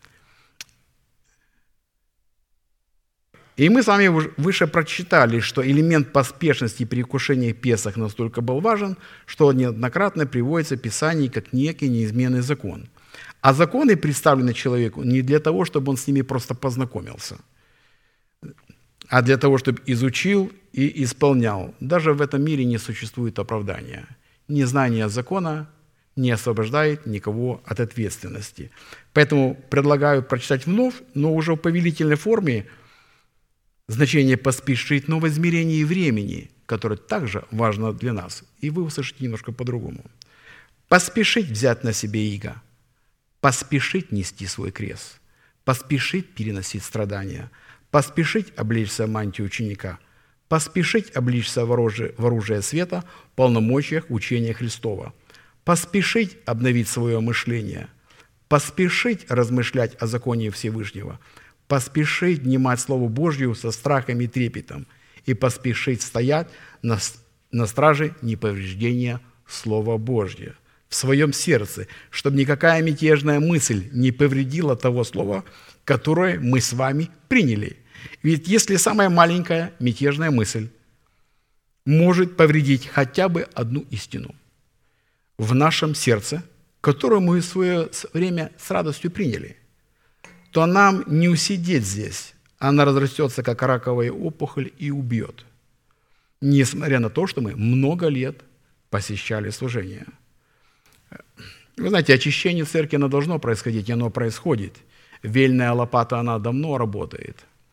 И мы с вами выше прочитали, что элемент поспешности при вкушении Песах настолько был важен, что неоднократно приводится в Писании как некий неизменный закон. А законы представлены человеку не для того, чтобы он с ними просто познакомился, а для того, чтобы изучил и исполнял. Даже в этом мире не существует оправдания. Незнание закона не освобождает никого от ответственности. Поэтому предлагаю прочитать вновь, но уже в повелительной форме, значение «поспешить», но в измерении времени, которое также важно для нас. И вы услышите немножко по-другому. «Поспешить взять на себе иго, поспешить нести свой крест, поспешить переносить страдания, поспешить облечься в мантию ученика, поспешить облечься в оружие, в оружие света, в полномочиях учения Христова, поспешить обновить свое мышление, поспешить размышлять о законе Всевышнего, поспешить внимать Слову Божью со страхом и трепетом и поспешить стоять на, на страже неповреждения Слова Божьего в своем сердце, чтобы никакая мятежная мысль не повредила того слова, которое мы с вами приняли. Ведь если самая маленькая мятежная мысль может повредить хотя бы одну истину в нашем сердце, которую мы в свое время с радостью приняли, то нам не усидеть здесь, она разрастется, как раковая опухоль, и убьет, несмотря на то, что мы много лет посещали служение. Вы знаете, очищение церкви, оно должно происходить, и оно происходит. Вельная лопата, она давно работает.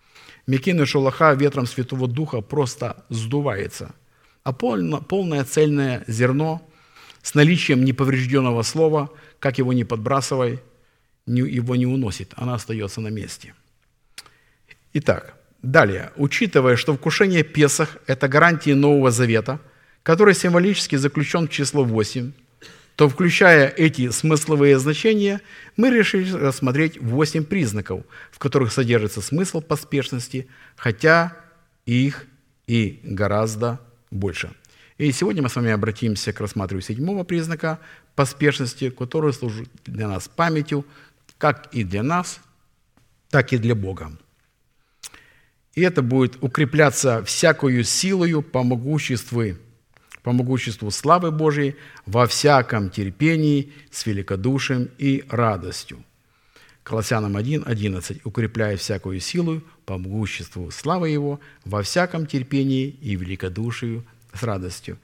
Мекины шелуха ветром Святого Духа просто сдувается, а полно, полное цельное зерно с наличием неповрежденного слова, как его ни подбрасывай, его не уносит, она остается на месте. Итак, далее, учитывая, что вкушение Песах – это гарантия Нового Завета, который символически заключен в число восемь, то, включая эти смысловые значения, мы решили рассмотреть восемь признаков, в которых содержится смысл поспешности, хотя их и гораздо больше. И сегодня мы с вами обратимся к рассматриванию седьмого признака поспешности, который служит для нас памятью, как и для нас, так и для Бога. И это будет укрепляться всякою силою по могуществу, по могуществу славы Божией во всяком терпении с великодушием и радостью. Колоссянам один, одиннадцать. «Укрепляя всякую силу по могуществу славы Его во всяком терпении и великодушию с радостью».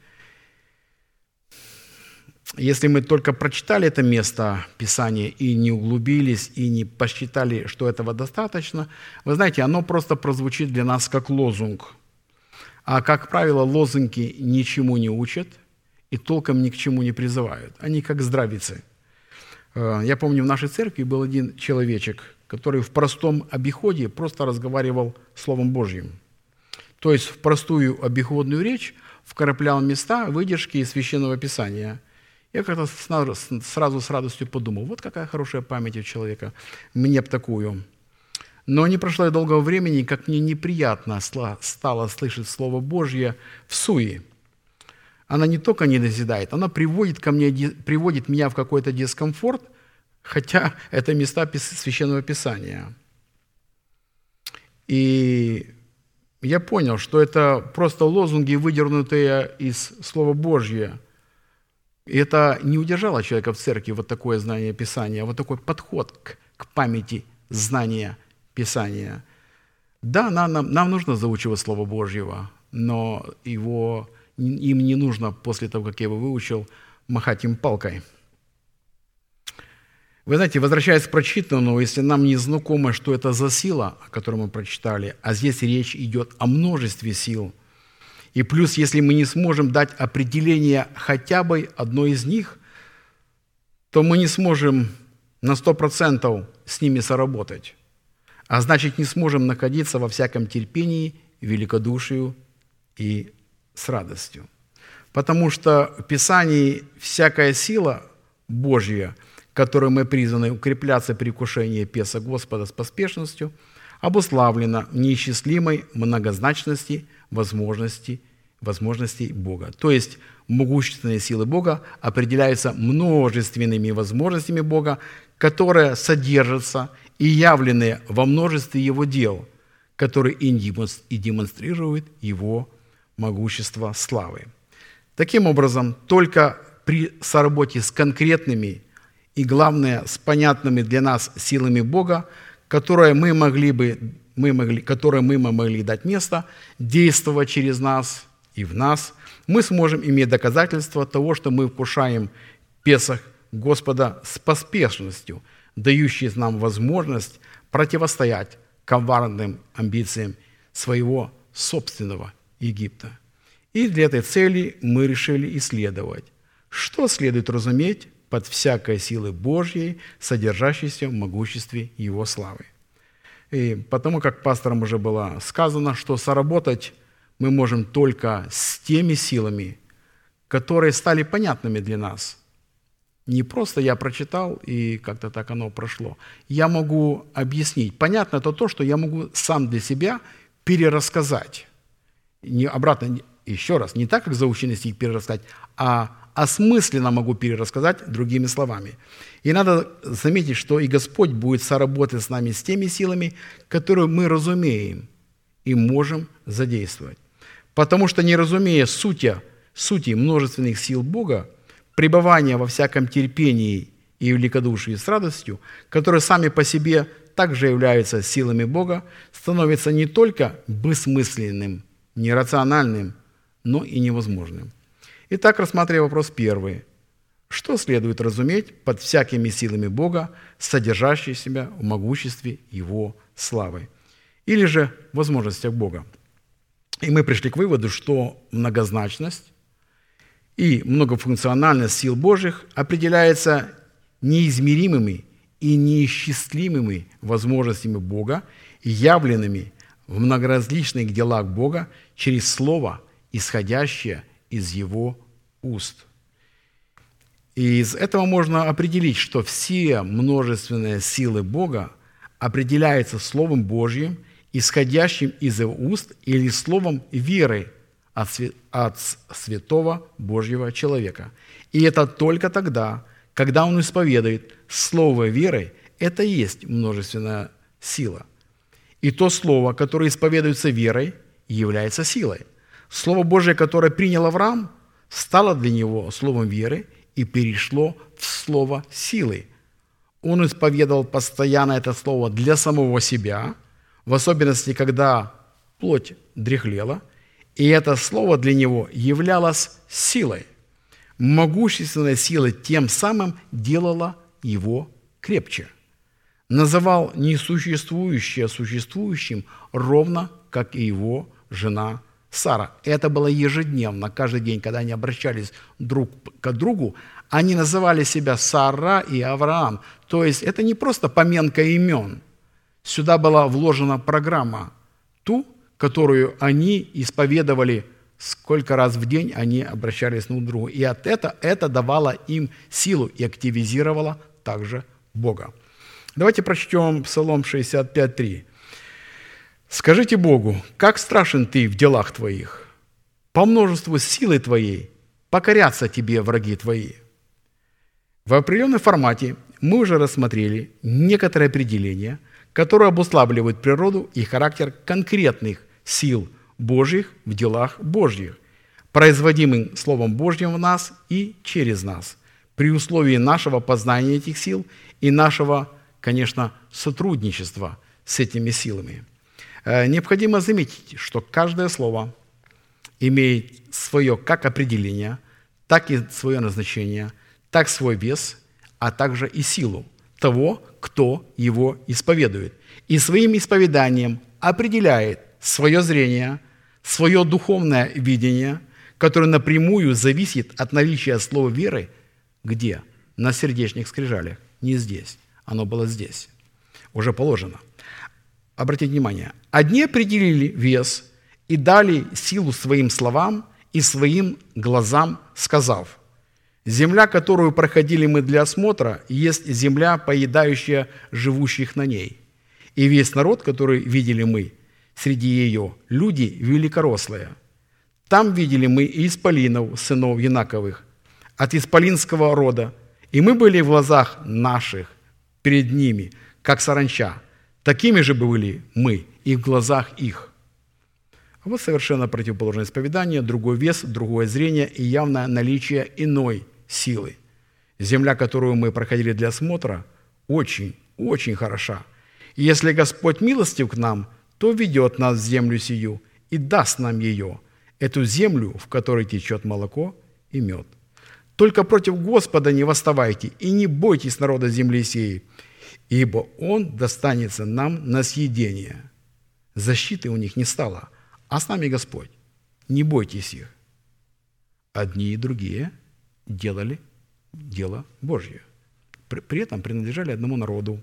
Если мы только прочитали это место Писания и не углубились, и не посчитали, что этого достаточно, вы знаете, оно просто прозвучит для нас как лозунг. А, как правило, лозунги ничему не учат и толком ни к чему не призывают. Они как здравицы. Я помню, в нашей церкви был один человечек, который в простом обиходе просто разговаривал Словом Божьим. То есть в простую обиходную речь вкраплял места, выдержки из Священного Писания. Я как-то сразу с радостью подумал, вот какая хорошая память у человека, мне б такую. Но не прошло и долгого времени, как мне неприятно стало слышать Слово Божье в суе. Она не только не назидает, она приводит, ко мне, приводит меня в какой-то дискомфорт, хотя это места Священного Писания. И я понял, что это просто лозунги, выдернутые из Слова Божьего. И это не удержало человека в церкви, вот такое знание Писания, вот такой подход к, к памяти знания Писания. Да, нам, нам, нам нужно заучивать Слово Божьего, но его, им не нужно после того, как я его выучил, махать им палкой. Вы знаете, возвращаясь к прочитанному, если нам не знакомо, что это за сила, о которой мы прочитали, а здесь речь идет о множестве сил, и плюс, если мы не сможем дать определение хотя бы одной из них, то мы не сможем на сто процентов с ними соработать. А значит, не сможем находиться во всяком терпении, великодушию и с радостью. Потому что в Писании всякая сила Божья, которой мы призваны укрепляться при вкушении Песа Господа с поспешностью, обуславлена в неисчислимой многозначности возможностей, возможностей Бога. То есть могущественные силы Бога определяются множественными возможностями Бога, которые содержатся и явлены во множестве Его дел, которые и демонстрируют Его могущество славы. Таким образом, только при соработе с конкретными и, главное, с понятными для нас силами Бога, которые мы могли бы, мы могли, которые мы могли дать место, действовать через нас и в нас, мы сможем иметь доказательство того, что мы вкушаем Песах Господа с поспешностью, дающей нам возможность противостоять коварным амбициям своего собственного Египта. И для этой цели мы решили исследовать, что следует разуметь под всякой силой Божьей, содержащейся в могуществе Его славы. И потому как пастором уже было сказано, что соработать мы можем только с теми силами, которые стали понятными для нас. Не просто я прочитал, и как-то так оно прошло. Я могу объяснить. Понятно это то, что я могу сам для себя перерассказать. Не, обратно, еще раз, не так, как заученный стих перерассказать, а осмысленно могу перерассказать другими словами. И надо заметить, что и Господь будет соработать с нами с теми силами, которые мы разумеем и можем задействовать. Потому что, не разумея сути, сути множественных сил Бога, пребывание во всяком терпении и великодушии с радостью, которые сами по себе также являются силами Бога, становится не только бессмысленным, нерациональным, но и невозможным. Итак, рассматривая вопрос первый. Что следует разуметь под всякими силами Бога, содержащими себя в могуществе Его славы? или же возможностях Бога. И мы пришли к выводу, что многозначность и многофункциональность сил Божьих определяется неизмеримыми и неисчислимыми возможностями Бога, явленными в многоразличных делах Бога через Слово, исходящее из Его уст. И из этого можно определить, что все множественные силы Бога определяются Словом Божьим, исходящим из Его уст, или словом веры от, свя- от святого Божьего человека. И это только тогда, когда он исповедует слово веры, это и есть множественная сила. И то слово, которое исповедуется верой, является силой. Слово Божие, которое принял Авраам, стало для него словом веры и перешло в слово силы. Он исповедовал постоянно это слово для самого себя, в особенности, когда плоть дряхлела, и это слово для него являлось силой. Могущественная сила тем самым делала его крепче. Называл несуществующее существующим, ровно как и его жена Сара. Это было ежедневно, каждый день, когда они обращались друг к другу, они называли себя Сара и Авраам. То есть это не просто поминка имен. Сюда была вложена программа, ту, которую они исповедовали, сколько раз в день они обращались друг к другу. И от этого это давало им силу и активизировало также Бога. Давайте прочтем Псалом шестьдесят пять три. «Скажите Богу, как страшен Ты в делах Твоих? По множеству силы Твоей покорятся Тебе враги Твои». В определенном формате мы уже рассмотрели некоторые определения, которые обуславливают природу и характер конкретных сил Божьих в делах Божьих, производимых Словом Божьим в нас и через нас, при условии нашего познания этих сил и нашего, конечно, сотрудничества с этими силами. Необходимо заметить, что каждое слово имеет свое как определение, так и свое назначение, так свой вес, а также и силу того, кто его исповедует. И своим исповеданием определяет свое зрение, свое духовное видение, которое напрямую зависит от наличия слова веры. Где? На сердечных скрижалях. Не здесь. Оно было здесь. Уже положено. Обратите внимание. Одни определили вес и дали силу своим словам и своим глазам, сказав: «Земля, которую проходили мы для осмотра, есть земля, поедающая живущих на ней. И весь народ, который видели мы среди ее, люди великорослые. Там видели мы и исполинов, сынов Янаковых, от исполинского рода, и мы были в глазах наших перед ними, как саранча. Такими же были мы и в глазах их». А вот совершенно противоположное исповедание, другой вес, другое зрение и явное наличие иной силы. Земля, которую мы проходили для осмотра, очень, очень хороша. И если Господь милостив к нам, то ведет нас в землю сию и даст нам ее, эту землю, в которой течет молоко и мед. Только против Господа не восставайте и не бойтесь народа земли сей, ибо Он достанется нам на съедение. Защиты у них не стало, а с нами Господь. Не бойтесь их. Одни и другие делали дело Божье. При, при этом принадлежали одному народу.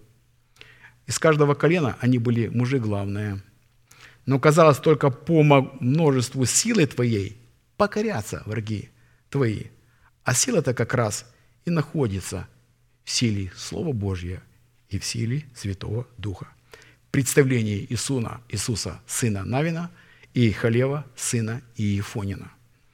Из каждого колена они были мужи главные. Но казалось, только по множеству силы твоей покорятся враги твои. А сила-то как раз и находится в силе Слова Божьего и в силе Святого Духа. Представление Иисуса, Иисуса сына Навина, и Халева, сына Иефонина.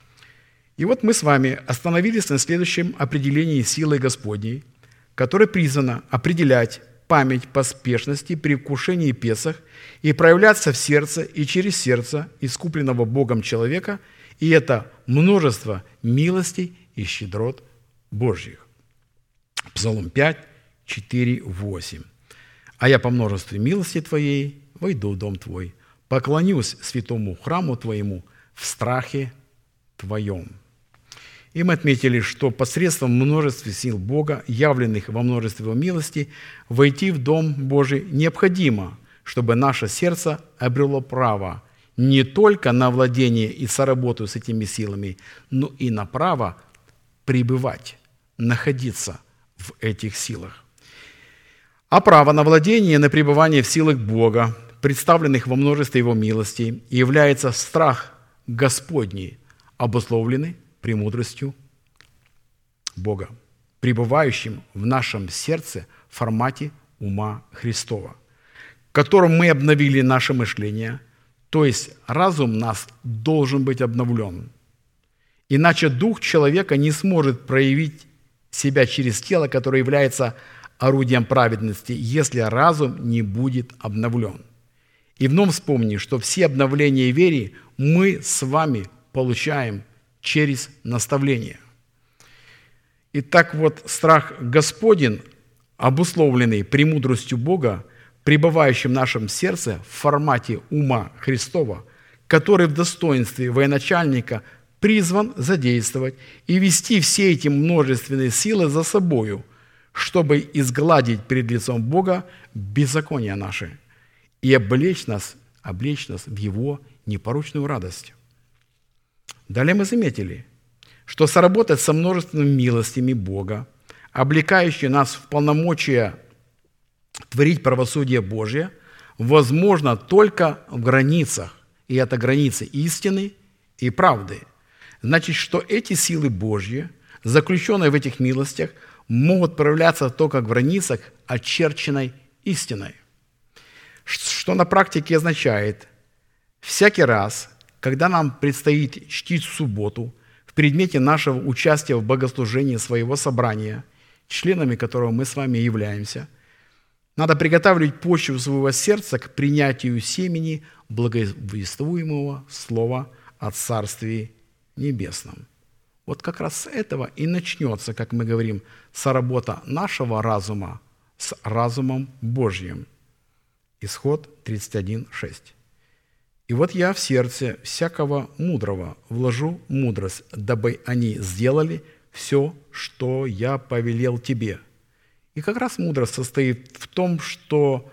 И вот мы с вами остановились на следующем определении силы Господней, которое призвано определять память поспешности при вкушении Песах и проявляться в сердце и через сердце искупленного Богом человека, и это множество милостей и щедрот Божьих. Псалом пять, четыре, восемь. «А я по множеству милости Твоей войду в дом Твой, поклонюсь святому храму Твоему в страхе Твоем». И мы отметили, что посредством множества сил Бога, явленных во множестве Его милости, войти в Дом Божий необходимо, чтобы наше сердце обрело право не только на владение и соработу с этими силами, но и на право пребывать, находиться в этих силах. А право на владение и на пребывание в силах Бога, представленных во множестве Его милостей, является страх Господний, обусловленный премудростью Бога, пребывающим в нашем сердце в формате ума Христова, которым мы обновили наше мышление, то есть разум нас должен быть обновлен. Иначе дух человека не сможет проявить себя через тело, которое является орудием праведности, если разум не будет обновлен. И вновь вспомни, что все обновления веры мы с вами получаем через наставление. Итак, вот страх Господень, обусловленный премудростью Бога, пребывающим в нашем сердце в формате ума Христова, который в достоинстве военачальника призван задействовать и вести все эти множественные силы за собою, чтобы изгладить перед лицом Бога беззакония наши и облечь нас, облечь нас в Его непорочную радость. Далее мы заметили, что соработать со множественными милостями Бога, облекающие нас в полномочия творить правосудие Божие, возможно только в границах, и это границы истины и правды. Значит, что эти силы Божьи, заключенные в этих милостях, могут проявляться только в границах, очерченной истиной. Что на практике означает, всякий раз, когда нам предстоит чтить субботу в предмете нашего участия в богослужении своего собрания, членами которого мы с вами являемся, надо приготавливать почву своего сердца к принятию семени благовествуемого слова о Царстве Небесном. Вот как раз с этого и начнется, как мы говорим, соработа нашего разума с разумом Божьим. Исход тридцать один, шесть. «И вот я в сердце всякого мудрого вложу мудрость, дабы они сделали все, что я повелел тебе». И как раз мудрость состоит в том, что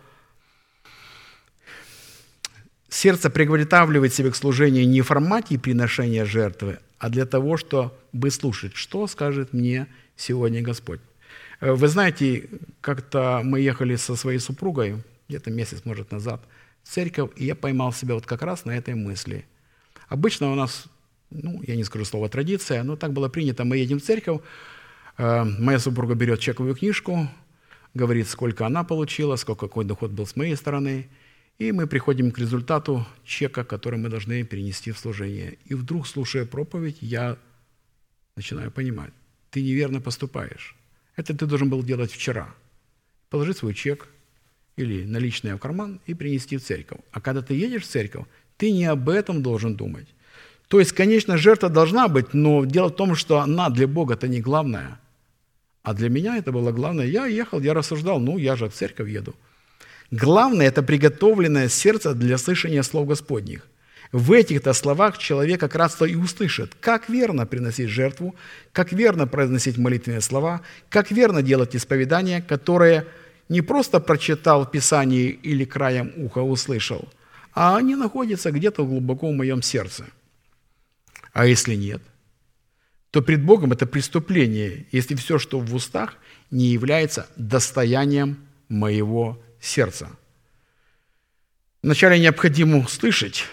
сердце приготавливает себя к служению не в формате приношения жертвы, а для того, чтобы слушать, что скажет мне сегодня Господь. Вы знаете, как-то мы ехали со своей супругой, где-то месяц, может, назад, в церковь, и я поймал себя вот как раз на этой мысли. Обычно у нас, ну, я не скажу слово традиция, но так было принято, мы едем в церковь, моя супруга берет чековую книжку, говорит, сколько она получила, сколько какой доход был с моей стороны, и мы приходим к результату чека, который мы должны перенести в служение. И вдруг, слушая проповедь, я начинаю понимать, ты неверно поступаешь. Это ты должен был делать вчера. Положить свой чек или наличные в карман и принести в церковь. А когда ты едешь в церковь, ты не об этом должен думать. То есть, конечно, жертва должна быть, но дело в том, что она для Бога-то не главная. А для меня это было главное. Я ехал, я рассуждал, ну, я же в церковь еду. Главное – это приготовленное сердце для слышания слов Господних. В этих-то словах человек как раз-то и услышит, как верно приносить жертву, как верно произносить молитвенные слова, как верно делать исповедание, которое не просто прочитал в Писании или краем уха услышал, а они находятся где-то глубоко в моем сердце. А если нет, то пред Богом это преступление, если все, что в устах, не является достоянием моего сердца. Вначале необходимо слышать.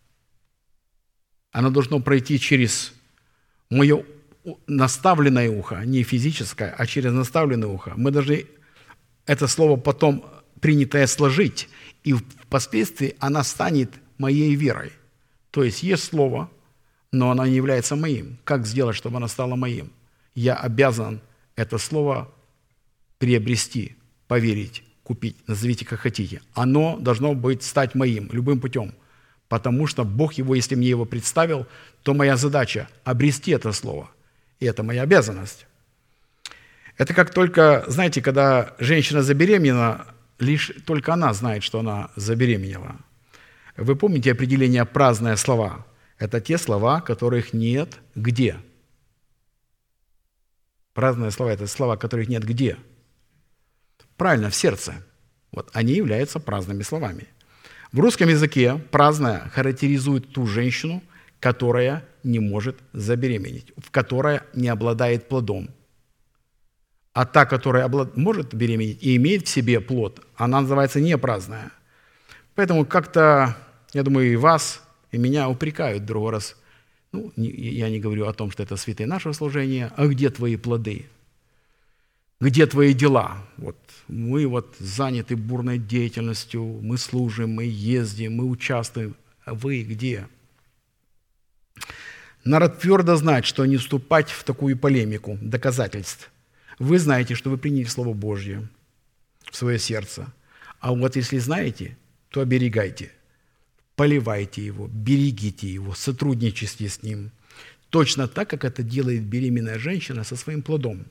Оно должно пройти через мое наставленное ухо, не физическое, а через наставленное ухо. Мы должны это слово потом принятое сложить, и впоследствии она станет моей верой. То есть есть слово, но оно не является моим. Как сделать, чтобы оно стало моим? Я обязан это слово приобрести, поверить, купить, назовите как хотите. Оно должно быть стать моим любым путем, потому что Бог его, если мне его представил, то моя задача – обрести это слово, и это моя обязанность. Это как только, знаете, когда женщина забеременела, лишь только она знает, что она забеременела. Вы помните определение «праздные слова»? Это те слова, которых нет где. Праздные слова – это слова, которых нет где? Правильно, в сердце. Вот, они являются праздными словами. В русском языке праздная характеризует ту женщину, которая не может забеременеть, в которая не обладает плодом. А та, которая облад... может беременеть и имеет в себе плод, она называется непраздная. Поэтому как-то, я думаю, и вас, и меня упрекают другой раз. Ну, не, я не говорю о том, что это святые нашего служения, а где твои плоды? Где твои дела? Вот мы вот заняты бурной деятельностью, мы служим, мы ездим, мы участвуем. А вы где? Надо твердо знать, что не вступать в такую полемику доказательств. Вы знаете, что вы приняли Слово Божье в свое сердце. А вот если знаете, то оберегайте, поливайте его, берегите его, сотрудничайте с ним. Точно так, как это делает беременная женщина со своим плодом.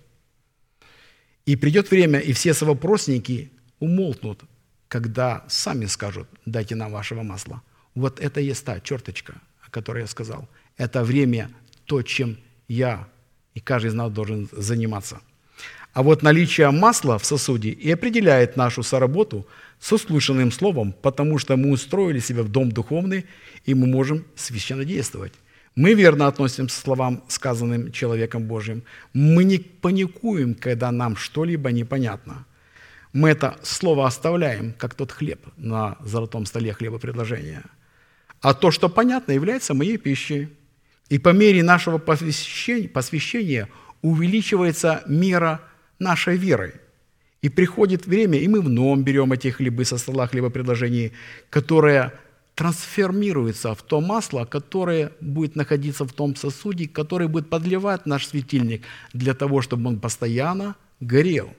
И придет время, и все совопросники умолкнут, когда сами скажут: дайте нам вашего масла. Вот это и есть та черточка, о которой я сказал. Это время, то, чем я и каждый из нас должен заниматься. А вот наличие масла в сосуде и определяет нашу соработу с услышанным словом, потому что мы устроили себя в дом духовный, и мы можем священно действовать. Мы верно относимся к словам, сказанным человеком Божьим. Мы не паникуем, когда нам что-либо непонятно. Мы это слово оставляем, как тот хлеб на золотом столе хлебопредложения. А то, что понятно, является моей пищей. И по мере нашего посвящения, посвящения увеличивается мера нашей веры. И приходит время, и мы вновь берем эти хлебы со стола хлебопредложений, которые трансформируется в то масло, которое будет находиться в том сосуде, который будет подливать наш светильник для того, чтобы он постоянно горел.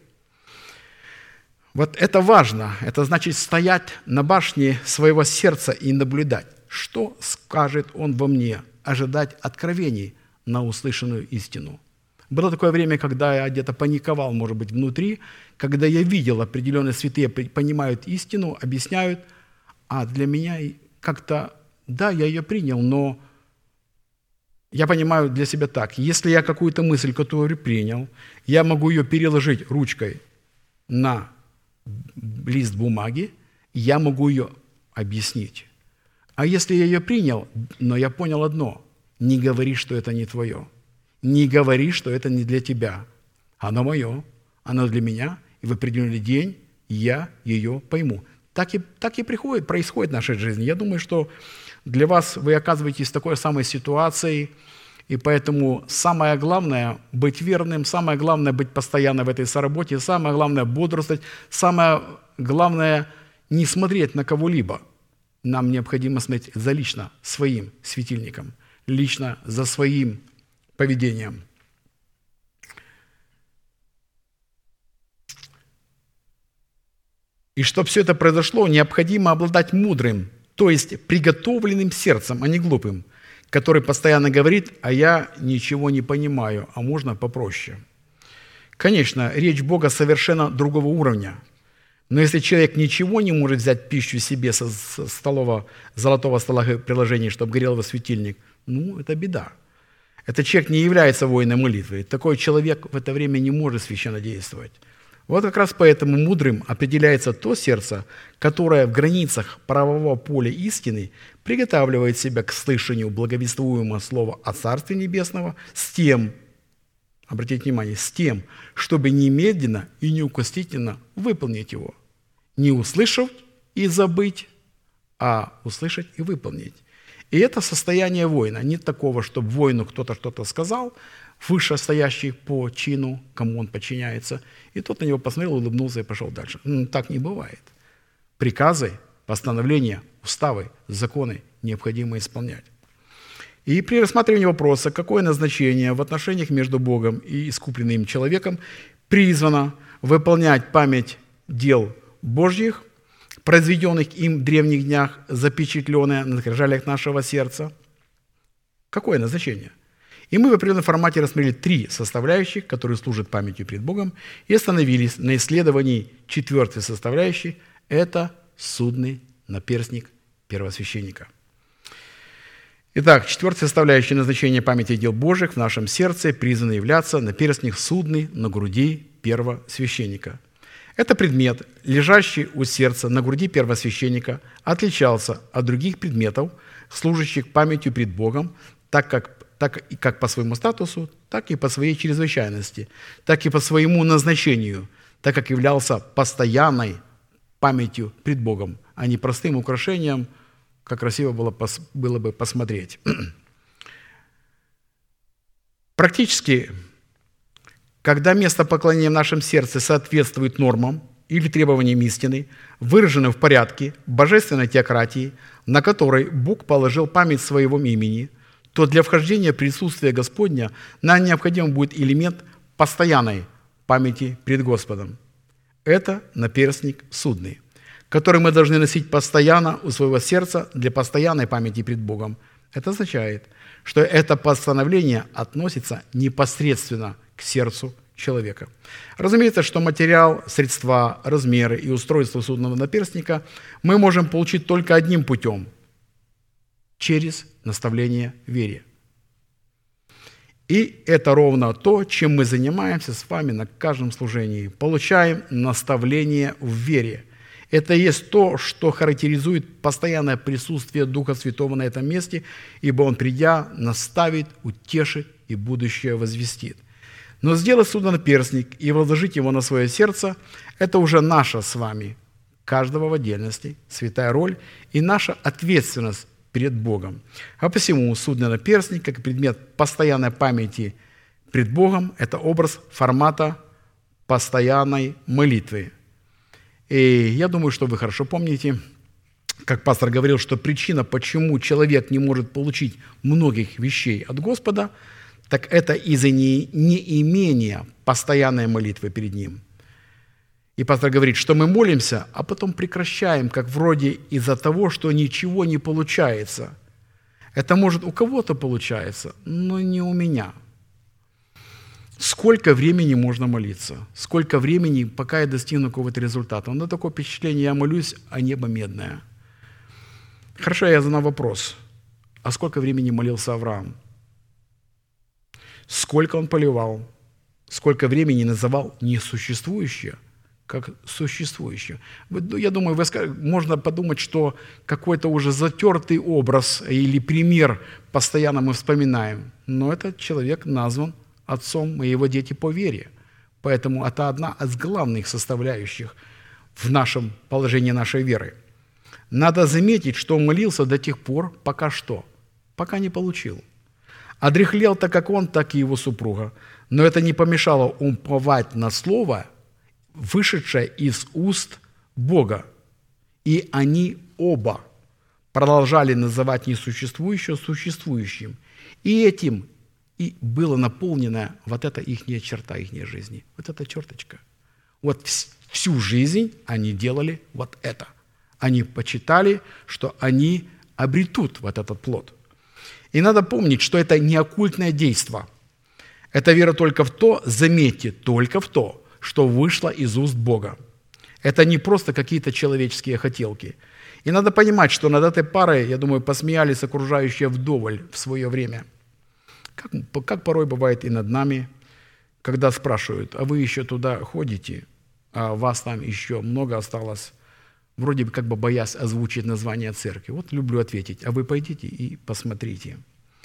Вот это важно. Это значит стоять на башне своего сердца и наблюдать, что скажет он во мне, ожидать откровений на услышанную истину. Было такое время, когда я где-то паниковал, может быть, внутри, когда я видел определенные святые понимают истину, объясняют, а для меня как-то, да, я ее принял, но я понимаю для себя так. Если я какую-то мысль, которую принял, я могу ее переложить ручкой на лист бумаги, я могу ее объяснить. А если я ее принял, но я понял одно, не говори, что это не твое. Не говори, что это не для тебя. Оно мое, оно для меня, и в определенный день я ее пойму. Так и, так и приходит, происходит в нашей жизни. Я думаю, что для вас вы оказываетесь в такой самой ситуации, и поэтому самое главное – быть верным, самое главное – быть постоянно в этой соработе, самое главное – бодрствовать, самое главное – не смотреть на кого-либо. Нам необходимо смотреть за лично своим светильником, лично за своим поведением. И чтобы все это произошло, необходимо обладать мудрым, то есть приготовленным сердцем, а не глупым, который постоянно говорит: а я ничего не понимаю, а можно попроще. Конечно, речь Бога совершенно другого уровня. Но если человек ничего не может взять пищу себе со столового, золотого стола приложения, чтобы горел его светильник, ну, это беда. Этот человек не является воином молитвы. Такой человек в это время не может священно действовать. Вот как раз поэтому мудрым определяется то сердце, которое в границах правового поля истины приготавливает себя к слышанию благовествуемого слова о Царстве Небесного с тем, обратите внимание, с тем, чтобы немедленно и неукоснительно выполнить его. Не услышав и забыть, а услышать и выполнить. И это состояние воина. Нет такого, чтобы воину кто-то что-то сказал, вышестоящий по чину, кому он подчиняется, и тот на него посмотрел, улыбнулся и пошел дальше. Так не бывает. Приказы, постановления, уставы, законы необходимо исполнять. И при рассматривании вопроса, какое назначение в отношениях между Богом и искупленным им человеком призвано выполнять память дел Божьих, произведенных им в древних днях, запечатленные на скрижалях нашего сердца. Какое назначение? И мы в определенном формате рассмотрели три составляющих, которые служат памятью перед Богом, и остановились на исследовании четвертой составляющей – это судный наперстник первосвященника. Итак, четвертая составляющая назначения памяти дел Божьих в нашем сердце призвана являться наперстник судный на груди первосвященника. Это предмет, лежащий у сердца на груди первосвященника, отличался от других предметов, служащих памятью пред Богом, так как, так и как по своему статусу, так и по своей чрезвычайности, так и по своему назначению, так как являлся постоянной памятью пред Богом, а не простым украшением, как красиво было, было бы посмотреть. Практически, когда место поклонения в нашем сердце соответствует нормам или требованиям истины, выраженным в порядке божественной теократии, на которой Бог положил память своего имени, то для вхождения в присутствие Господня нам необходим будет элемент постоянной памяти пред Господом. Это наперстник судный, который мы должны носить постоянно у своего сердца для постоянной памяти пред Богом. Это означает, что это постановление относится непосредственно к сердцу человека. Разумеется, что материал, средства, размеры и устройство судного наперстника мы можем получить только одним путем – через наставление в вере. И это ровно то, чем мы занимаемся с вами на каждом служении. Получаем наставление в вере. Это и есть то, что характеризует постоянное присутствие Духа Святого на этом месте, ибо Он, придя, наставит, утешит и будущее возвестит. Но сделать судонаперстник и возложить его на свое сердце – это уже наша с вами, каждого в отдельности, святая роль и наша ответственность перед Богом. А посему судный наперстник, как предмет постоянной памяти пред Богом, это образ формата постоянной молитвы. И я думаю, что вы хорошо помните, как пастор говорил, что причина, почему человек не может получить многих вещей от Господа, так это из-за неимения постоянной молитвы перед Ним. И пастор говорит, что мы молимся, а потом прекращаем, как вроде из-за того, что ничего не получается. Это может у кого-то получается, но не у меня. Сколько времени можно молиться? Сколько времени, пока я достигну какого-то результата? Но такое впечатление, я молюсь, а небо медное. Хорошо, я задам вопрос. А сколько времени молился Авраам? Сколько он поливал? Сколько времени называл несуществующее, как существующее? Я думаю, вы скажете, можно подумать, что какой-то уже затертый образ или пример постоянно мы вспоминаем. Но этот человек назван отцом, мы его дети по вере. Поэтому это одна из главных составляющих в нашем положении нашей веры. Надо заметить, что он молился до тех пор, пока что? Пока не получил. Одряхлел так как он, так и его супруга. Но это не помешало уповать на слово, вышедшее из уст Бога. И они оба продолжали называть несуществующее существующим. И этим и была наполнена вот эта ихняя черта, ихней жизни. Вот эта черточка. Вот всю жизнь они делали вот это. Они почитали, что они обретут вот этот плод. И надо помнить, что это не оккультное действо. Это вера только в то, заметьте, только в то, что вышло из уст Бога. Это не просто какие-то человеческие хотелки. И надо понимать, что над этой парой, я думаю, посмеялись окружающие вдоволь в свое время. Как, как порой бывает и над нами, когда спрашивают, а вы еще туда ходите, а вас там еще много осталось, вроде бы как бы боясь озвучить название церкви. Вот люблю ответить, а вы пойдите и посмотрите.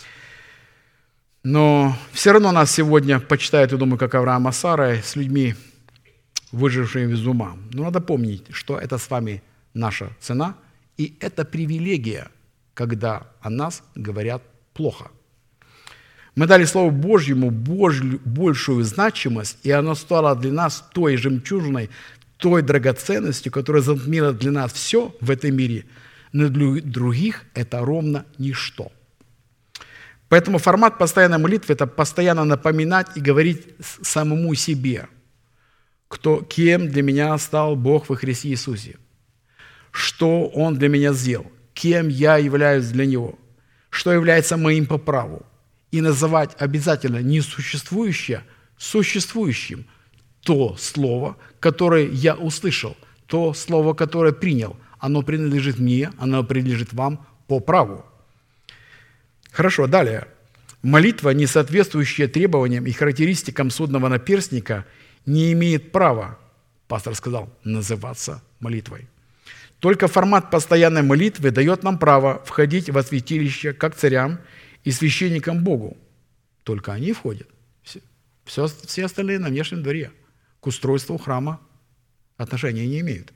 Но все равно нас сегодня почитают, я думаю, как Авраама Сара, с людьми, выжившими из ума. Но надо помнить, что это с вами наша цена, и это привилегия, когда о нас говорят плохо. Мы дали Слову Божьему Божью, большую значимость, и оно стало для нас той жемчужиной, той драгоценностью, которая затмила для нас все в этом мире, но для других это ровно ничто. Поэтому формат постоянной молитвы – это постоянно напоминать и говорить самому себе, кто, кем для меня стал Бог во Христе Иисусе, что Он для меня сделал, кем я являюсь для Него, что является моим по праву. И называть обязательно несуществующее существующим то слово, которое я услышал, то слово, которое принял. Оно принадлежит мне, оно принадлежит вам по праву. Хорошо, далее. Молитва, не соответствующая требованиям и характеристикам судного наперстника, не имеет права пастор сказал, называться молитвой. Только формат постоянной молитвы дает нам право входить во святилище как царям и священникам Богу. Только они входят. Все, все остальные на внешнем дворе. К устройству храма отношения не имеют.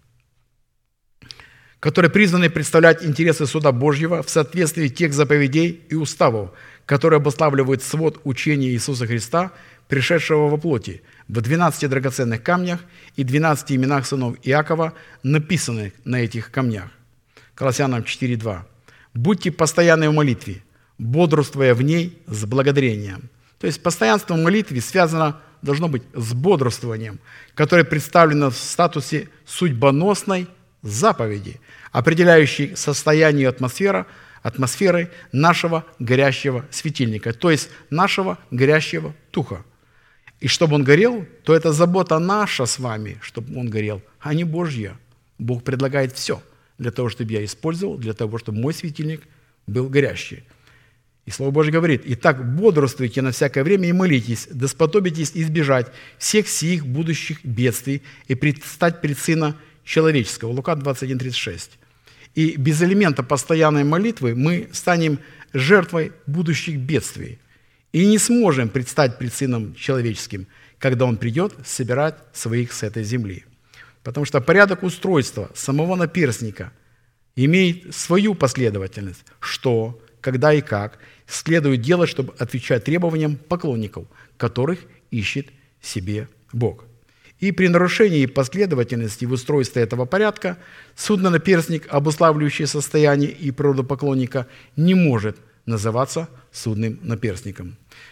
Которые призваны представлять интересы суда Божьего в соответствии тех заповедей и уставов, которые обуславливают свод учения Иисуса Христа, пришедшего во плоти, в двенадцати драгоценных камнях и двенадцати именах сынов Иакова, написанных на этих камнях. Колоссянам четыре два. «Будьте постоянны в молитве, бодрствуя в ней с благодарением». То есть постоянство в молитве связано, должно быть, с бодрствованием, которое представлено в статусе судьбоносной заповеди, определяющей состояние атмосферы, атмосферы нашего горящего светильника, то есть нашего горящего духа. И чтобы он горел, то это забота наша с вами, чтобы он горел, а не Божья. Бог предлагает все для того, чтобы я использовал, для того, чтобы мой светильник был горящий. И Слово Божье говорит: «Итак, бодрствуйте на всякое время и молитесь, да сподобитесь избежать всех сих будущих бедствий и предстать пред Сына Человеческого». Лука двадцать один тридцать шесть. И без элемента постоянной молитвы мы станем жертвой будущих бедствий и не сможем предстать пред Сыном Человеческим, когда Он придет собирать своих с этой земли. Потому что порядок устройства самого наперстника имеет свою последовательность, что, когда и как следует делать, чтобы отвечать требованиям поклонников, которых ищет себе Бог. И при нарушении последовательности в устройстве этого порядка судно-наперстник, обуславливающий состояние и природу поклонника, не может называться судным наперстником.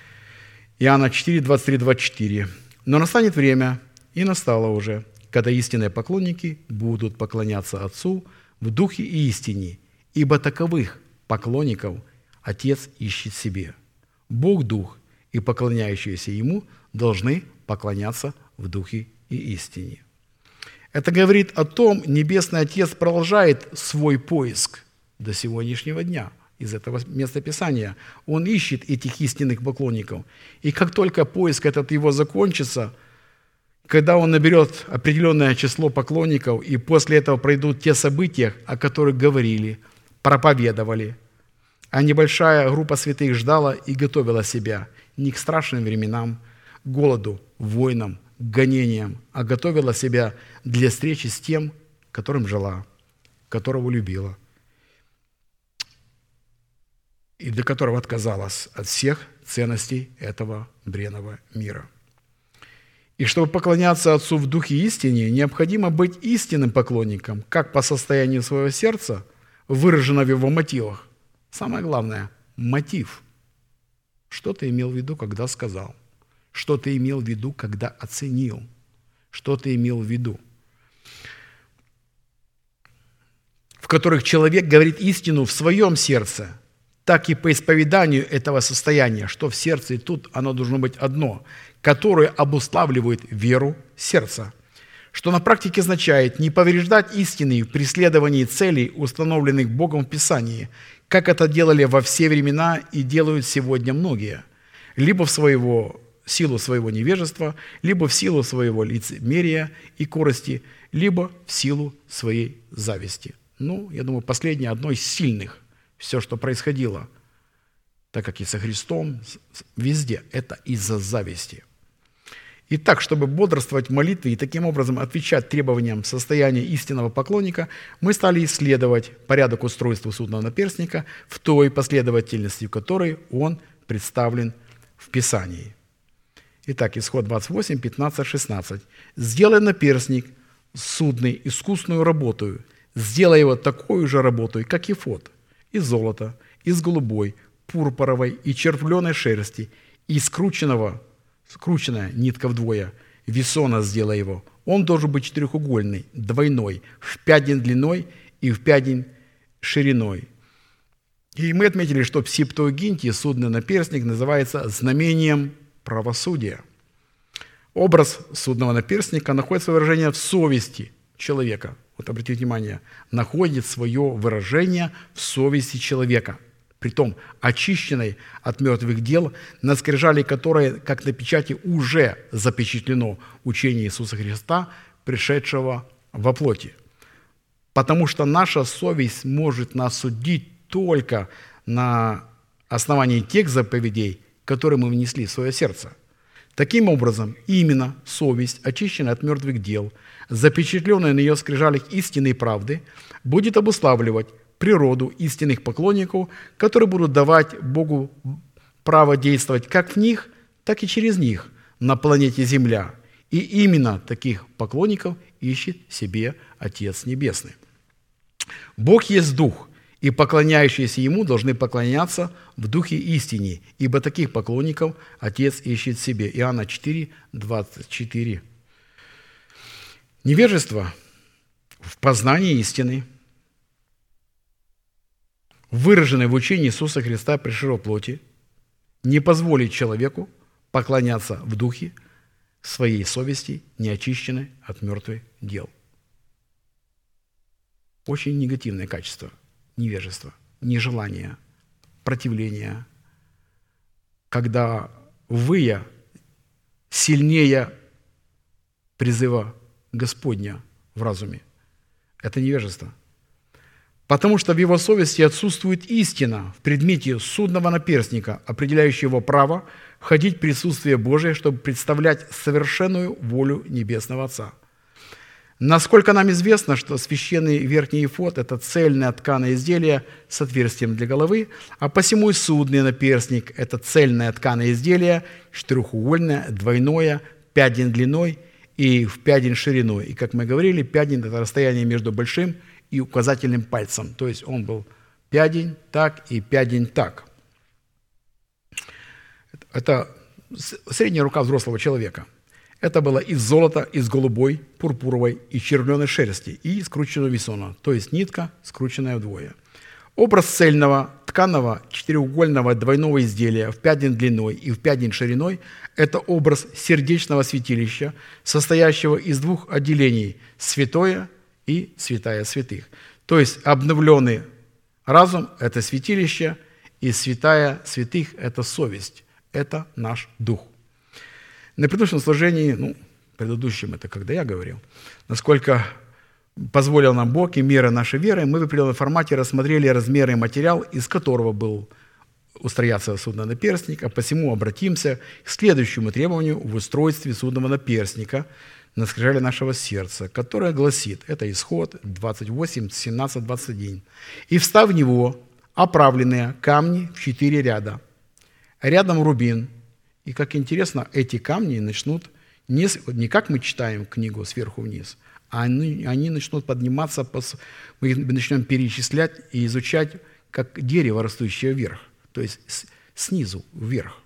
Иоанна четыре, двадцать три двадцать четыре. «Но настанет время, и настало уже, когда истинные поклонники будут поклоняться Отцу в духе и истине, ибо таковых поклонников Отец ищет себе. Бог – Дух, и поклоняющиеся Ему должны поклоняться в духе и истине». Это говорит о том, Небесный Отец продолжает свой поиск до сегодняшнего дня из этого места Писания. Он ищет этих истинных поклонников. И как только поиск этот его закончится, когда он наберет определенное число поклонников, и после этого пройдут те события, о которых говорили, проповедовали, а небольшая группа святых ждала и готовила себя не к страшным временам, к голоду, войнам, гонениям, а готовила себя для встречи с тем, которым жила, которого любила, и для которого отказалась от всех ценностей этого бренного мира. И чтобы поклоняться Отцу в духе истине, необходимо быть истинным поклонником, как по состоянию своего сердца, выражено в его мотивах. Самое главное – мотив. Что ты имел в виду, когда сказал? Что ты имел в виду, когда оценил? Что ты имел в виду? В которых человек говорит истину в своем сердце, так и по исповеданию этого состояния, что в сердце и тут оно должно быть одно, которое обуславливает веру сердца, что на практике означает не повреждать истины в преследовании целей, установленных Богом в Писании, как это делали во все времена и делают сегодня многие, либо в своего, силу своего невежества, либо в силу своего лицемерия и корости, либо в силу своей зависти. Ну, я думаю, последнее одно из сильных. Все, что происходило, так как и со Христом, везде, это из-за зависти. Итак, чтобы бодрствовать в молитве и таким образом отвечать требованиям состояния истинного поклонника, мы стали исследовать порядок устройства судного наперстника в той последовательности, в которой он представлен в Писании. Итак, Исход двадцать восемь, пятнадцать, шестнадцать. «Сделай наперстник судный искусную работу, сделай его такой же работой, как эфод, из золота, из голубой, пурпуровой и червленой шерсти, и скрученного, скрученная нитка вдвое, весона сделай его. Он должен быть четырехугольный, двойной, в пять день длиной и в пять день шириной». И мы отметили, что в Септуагинте судный наперстник называется знамением правосудия. Образ судного наперстника находит свое выражение в совести человека. Вот обратите внимание, находит свое выражение в совести человека, притом очищенной от мертвых дел, на скрижали которой, как на печати, уже запечатлено учение Иисуса Христа, пришедшего во плоти. Потому что наша совесть может нас судить только на основании тех заповедей, которые мы внесли в свое сердце. Таким образом, именно совесть, очищенная от мертвых дел, запечатленная на ее скрижалях истинной правды, будет обуславливать природу истинных поклонников, которые будут давать Богу право действовать как в них, так и через них на планете Земля. И именно таких поклонников ищет себе Отец Небесный. Бог есть Дух, и поклоняющиеся Ему должны поклоняться в Духе истине, ибо таких поклонников Отец ищет себе. Иоанна четыре, двадцать четыре. Невежество в познании истины, выраженное в учении Иисуса Христа, пришедшего в плоти, не позволит человеку поклоняться в Духе своей совести, не очищенной от мертвых дел. Очень негативное качество невежества, нежелание, противление, когда вы сильнее призыва Господня в разуме. Это невежество. Потому что в его совести отсутствует истина в предмете судного наперстника, определяющего его право входить в присутствие Божие, чтобы представлять совершенную волю Небесного Отца. Насколько нам известно, что священный верхний эфод – это цельное тканое изделие с отверстием для головы, а посему и судный наперстник – это цельное тканое изделие, четырехугольное, двойное, пядень длиной и в пядень шириной. И, как мы говорили, пядень – это расстояние между большим и указательным пальцем. То есть он был пядень так и пядень так. Это средняя рука взрослого человека. Это было из золота, из голубой, пурпуровой и червленой шерсти и скрученного весона, то есть нитка, скрученная вдвое. Образ цельного, тканого, четырехугольного двойного изделия в пядень длиной и в пядень шириной – это образ сердечного святилища, состоящего из двух отделений – святое и святая святых. То есть обновленный разум – это святилище, и святая святых – это совесть, это наш дух. На предыдущем служении, ну, предыдущем это когда я говорил, насколько позволил нам Бог и мера нашей веры, мы в определенном формате рассмотрели размеры и материал, из которого был устрояться судный наперстник, а посему обратимся к следующему требованию в устройстве судного наперстника на скрижали нашего сердца, которое гласит, это Исход двадцать восемь, семнадцать, двадцать один. «И встав в него оправленные камни в четыре ряда, рядом рубин». И, как интересно, эти камни начнут, не, не как мы читаем книгу сверху вниз, а они, они начнут подниматься, мы их начнем перечислять и изучать, как дерево, растущее вверх, то есть с, снизу вверх.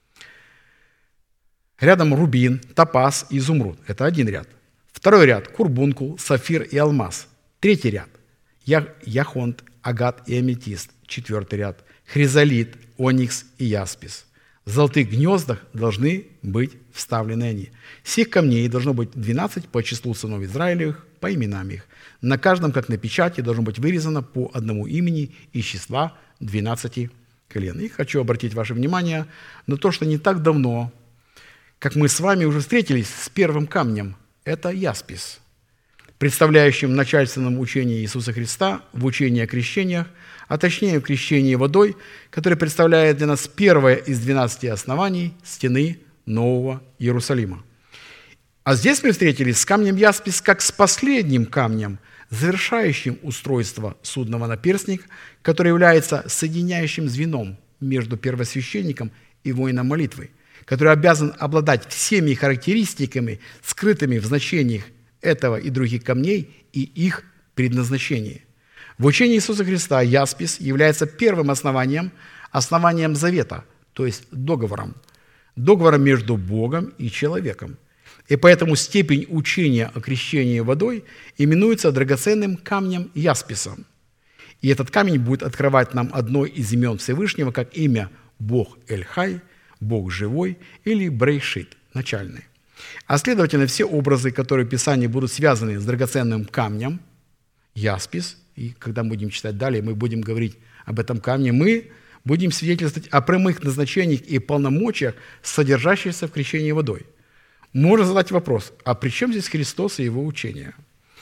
Рядом рубин, топаз и изумруд. Это один ряд. Второй ряд – курбункул, сафир и алмаз. Третий ряд – яхонт, агат и аметист. Четвертый ряд – хризолит, оникс и яспис. В золотых гнездах должны быть вставлены они. Сих камней должно быть двенадцать по числу сынов Израилевых, по именам их. На каждом, как на печати, должно быть вырезано по одному имени из числа двенадцати колен. И хочу обратить ваше внимание на то, что не так давно, как мы с вами уже встретились с первым камнем, это яспис, представляющим в начальственном учении Иисуса Христа в учении о крещениях, а точнее в крещении водой, которое представляет для нас первое из двенадцати оснований стены Нового Иерусалима. А здесь мы встретились с камнем яспис как с последним камнем, завершающим устройство судного наперстника, который является соединяющим звеном между первосвященником и воином молитвы, который обязан обладать всеми характеристиками, скрытыми в значениях этого и других камней и их предназначении. В учении Иисуса Христа яспис является первым основанием, основанием завета, то есть договором, договором между Богом и человеком. И поэтому степень учения о крещении водой именуется драгоценным камнем ясписом. И этот камень будет открывать нам одно из имен Всевышнего, как имя Бог Эль-Хай, Бог живой или Брейшит, начальный. А следовательно, все образы, которые в Писании будут связаны с драгоценным камнем, яспис, и когда мы будем читать далее, мы будем говорить об этом камне, мы будем свидетельствовать о прямых назначениях и полномочиях, содержащихся в крещении водой. Можно задать вопрос, а при чем здесь Христос и Его учение?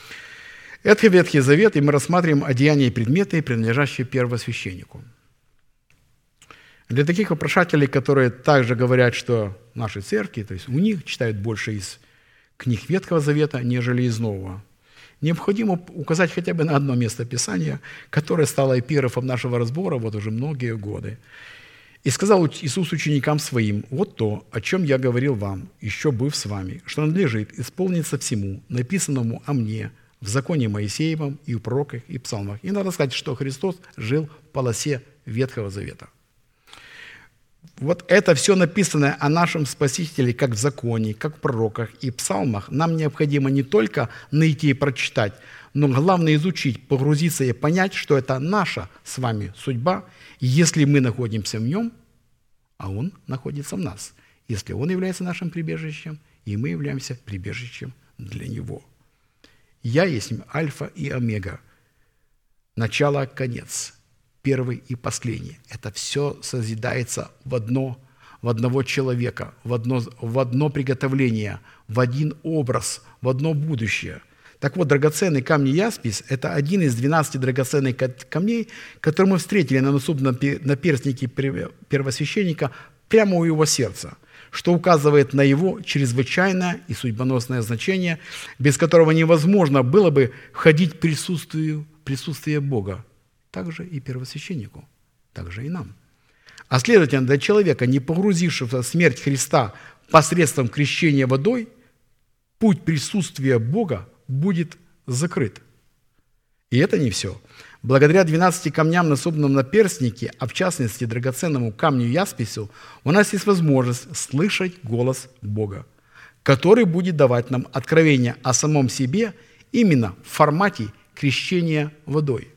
Это Ветхий Завет, и мы рассматриваем одеяния и предметы, принадлежащие первосвященнику. Для таких вопрошателей, которые также говорят, что наши церкви, то есть у них читают больше из книг Ветхого Завета, нежели из Нового, необходимо указать хотя бы на одно место Писания, которое стало эпиграфом нашего разбора вот уже многие годы. «И сказал Иисус ученикам Своим, вот то, о чем я говорил вам, еще быв с вами, что надлежит исполниться всему, написанному о мне в законе Моисеевом и в пророках и псалмах». И надо сказать, что Христос жил в полосе Ветхого Завета. Вот это все написанное о нашем Спасителе, как в законе, как в пророках и псалмах, нам необходимо не только найти и прочитать, но главное изучить, погрузиться и понять, что это наша с вами судьба, если мы находимся в нем, а он находится в нас, если он является нашим прибежищем, и мы являемся прибежищем для него. «Я есть Альфа и Омега, начало, конец, первый и последний». Это все созидается в одно, в одного человека, в одно, в одно приготовление, в один образ, в одно будущее. Так вот, драгоценный камень яспис – это один из двенадцати драгоценных камней, которые мы встретили на насупном наперстнике первосвященника прямо у его сердца, что указывает на его чрезвычайное и судьбоносное значение, без которого невозможно было бы входить в присутствие, присутствие Бога, также и первосвященнику, также и нам. А следовательно, для человека, не погрузившегося в смерть Христа посредством крещения водой, путь присутствия Бога будет закрыт. И это не все. Благодаря двенадцати камням на собственном наперстнике, а в частности драгоценному камню яспису, у нас есть возможность слышать голос Бога, который будет давать нам откровение о самом себе именно в формате крещения водой.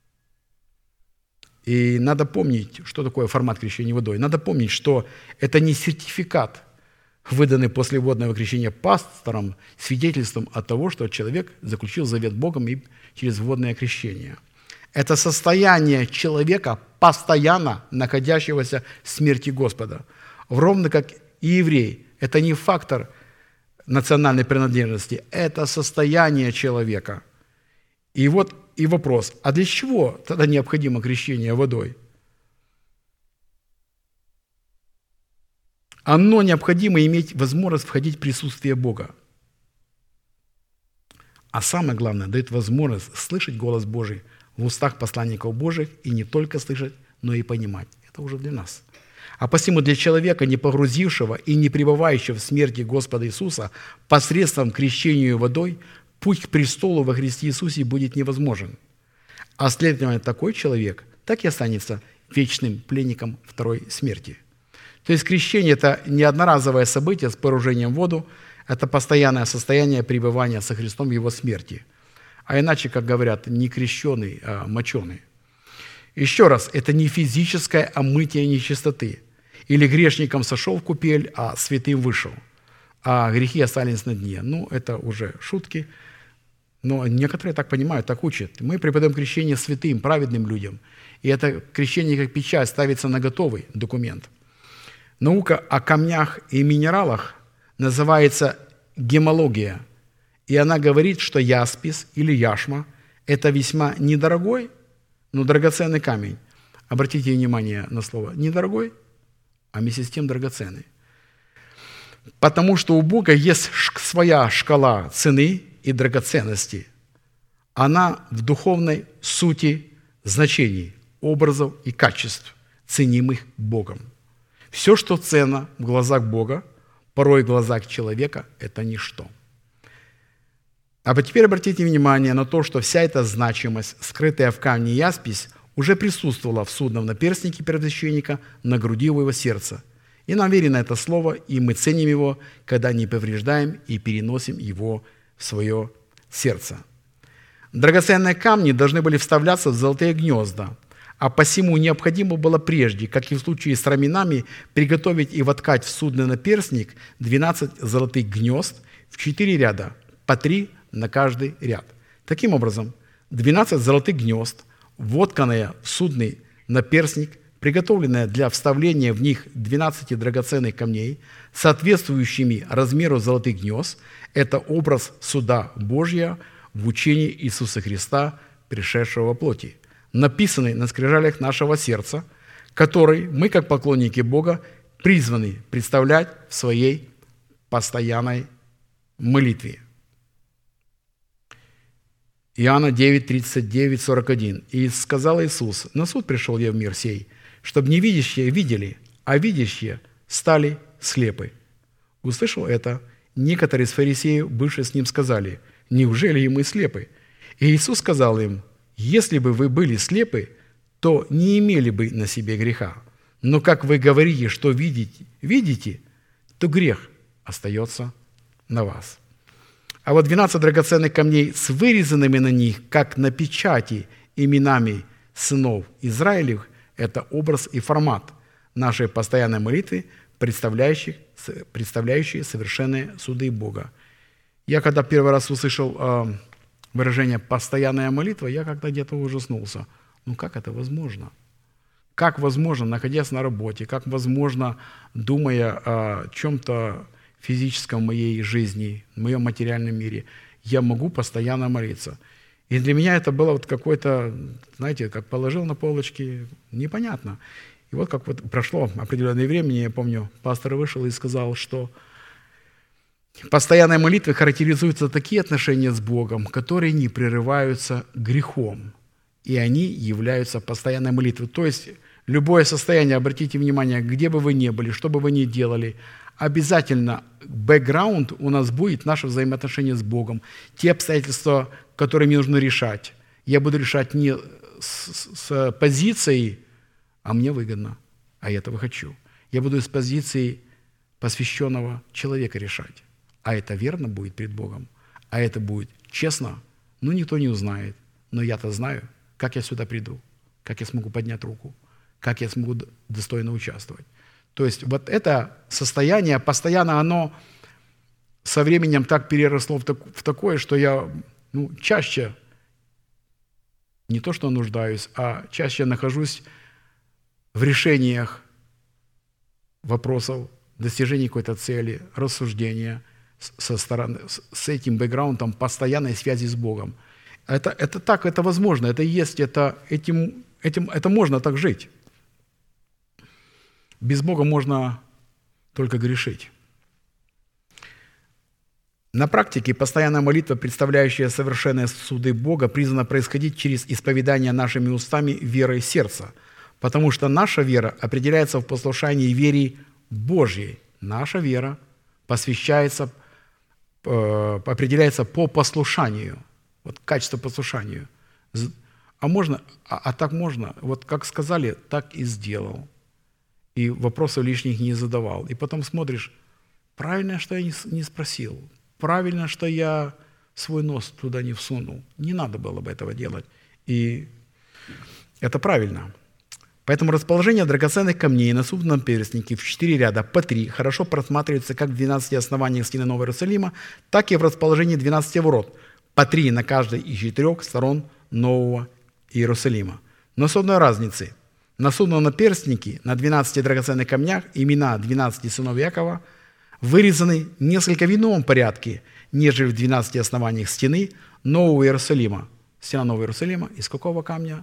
И надо помнить, что такое формат крещения водой. Надо помнить, что это не сертификат, выданный после водного крещения пастором, свидетельством от того, что человек заключил завет Богом и через водное крещение. Это состояние человека, постоянно находящегося в смерти Господа. Ровно как и еврей. Это не фактор национальной принадлежности, это состояние человека. И вот и вопрос, а для чего тогда необходимо крещение водой? Оно необходимо иметь возможность входить в присутствие Бога. А самое главное, дает возможность слышать голос Божий в устах посланников Божьих и не только слышать, но и понимать. Это уже для нас. А посему для человека, не погрузившего и не пребывающего в смерти Господа Иисуса посредством крещения водой, путь к престолу во Христе Иисусе будет невозможен. А следовательно, такой человек так и останется вечным пленником второй смерти. То есть крещение – это не одноразовое событие с погружением в воду, это постоянное состояние пребывания со Христом в Его смерти. А иначе, как говорят, не крещеный, а моченый. Еще раз, это не физическое омытие нечистоты. Или грешником сошел в купель, а святым вышел. А грехи остались на дне. Ну, это уже шутки. Но некоторые так понимают, так учат. Мы преподаем крещение святым, праведным людям. И это крещение как печать ставится на готовый документ. Наука о камнях и минералах называется гемология. И она говорит, что яспис или яшма – это весьма недорогой, но драгоценный камень. Обратите внимание на слово «недорогой», а вместе с тем драгоценный. Потому что у Бога есть своя шкала цены и драгоценности. Она в духовной сути значений, образов и качеств, ценимых Богом. Все, что ценно в глазах Бога, порой в глазах человека – это ничто. А теперь обратите внимание на то, что вся эта значимость, скрытая в камне яспис, уже присутствовала в судном наперстнике первосвященника на груди его сердца. И нам верено это слово, и мы ценим его, когда не повреждаем и переносим его в свое сердце. Драгоценные камни должны были вставляться в золотые гнезда, а посему необходимо было прежде, как и в случае с раменами, приготовить и воткать в судный наперстник двенадцать золотых гнезд в четыре ряда, по три на каждый ряд. Таким образом, двенадцать золотых гнезд, вотканные в судный наперстник приготовленная для вставления в них двенадцати драгоценных камней, соответствующими размеру золотых гнезд, это образ суда Божьего в учении Иисуса Христа, пришедшего во плоти, написанный на скрижалях нашего сердца, который мы, как поклонники Бога, призваны представлять в своей постоянной молитве. Иоанна девять, тридцать девять, сорок один. «И сказал Иисус: на суд пришел я в мир сей, чтобы невидящие видели, а видящие стали слепы». Услышал это, некоторые из фарисеев, бывшие с ним, сказали: «Неужели и мы слепы?» И Иисус сказал им: «Если бы вы были слепы, то не имели бы на себе греха. Но как вы говорите, что видите, видите, то грех остается на вас». А вот двенадцать драгоценных камней с вырезанными на них, как на печати, именами сынов Израилевых, это образ и формат нашей постоянной молитвы, представляющих, представляющие совершенные суды Бога. Я когда первый раз услышал э, выражение «постоянная молитва», я как-то где-то ужаснулся. Ну как это возможно? Как возможно, находясь на работе, как возможно, думая о чем-то физическом в моей жизни, в моем материальном мире, я могу постоянно молиться. И для меня это было вот какой-то, знаете, как положил на полочки, непонятно. И вот как вот прошло определенное время, я помню, пастор вышел и сказал, что постоянной молитвой характеризуются такие отношения с Богом, которые не прерываются грехом, и они являются постоянной молитвой. То есть любое состояние, обратите внимание, где бы вы ни были, что бы вы ни делали, обязательно бэкграунд у нас будет наше взаимоотношение с Богом. Те обстоятельства, которые мне нужно решать, я буду решать не с, с позицией «а мне выгодно, а я этого хочу». Я буду с позиции посвященного человека решать. А это верно будет перед Богом, а это будет честно, ну, никто не узнает. Но я-то знаю, как я сюда приду, как я смогу поднять руку, как я смогу достойно участвовать. То есть вот это состояние постоянно, оно со временем так переросло в, так, в такое, что я ну, чаще не то что нуждаюсь, а чаще нахожусь в решениях вопросов, достижении какой-то цели, рассуждения со стороны, с этим бэкграундом постоянной связи с Богом. Это, это так, это возможно, это есть, это, этим, этим, это можно так жить. Без Бога можно только грешить. На практике постоянная молитва, представляющая совершенные суды Бога, призвана происходить через исповедание нашими устами верой сердца, потому что наша вера определяется в послушании вере Божьей. Наша вера посвящается, э, определяется по послушанию, вот качество послушанию. А можно, а, а так можно, вот как сказали, так и сделал. И вопросов лишних не задавал. И потом смотришь, правильно, что я не спросил, правильно, что я свой нос туда не всунул. Не надо было бы этого делать. И это правильно. Поэтому расположение драгоценных камней на судном перстнике в четыре ряда по три хорошо просматривается как в двенадцати основаниях стены Нового Иерусалима, так и в расположении двенадцати ворот, по три на каждой из четырех сторон Нового Иерусалима. Но с одной разницей. На судном наперстнике на двенадцати драгоценных камнях имена двенадцати сынов Иакова вырезаны несколько в ином порядке, нежели в двенадцати основаниях стены Нового Иерусалима. Стена Нового Иерусалима из какого камня?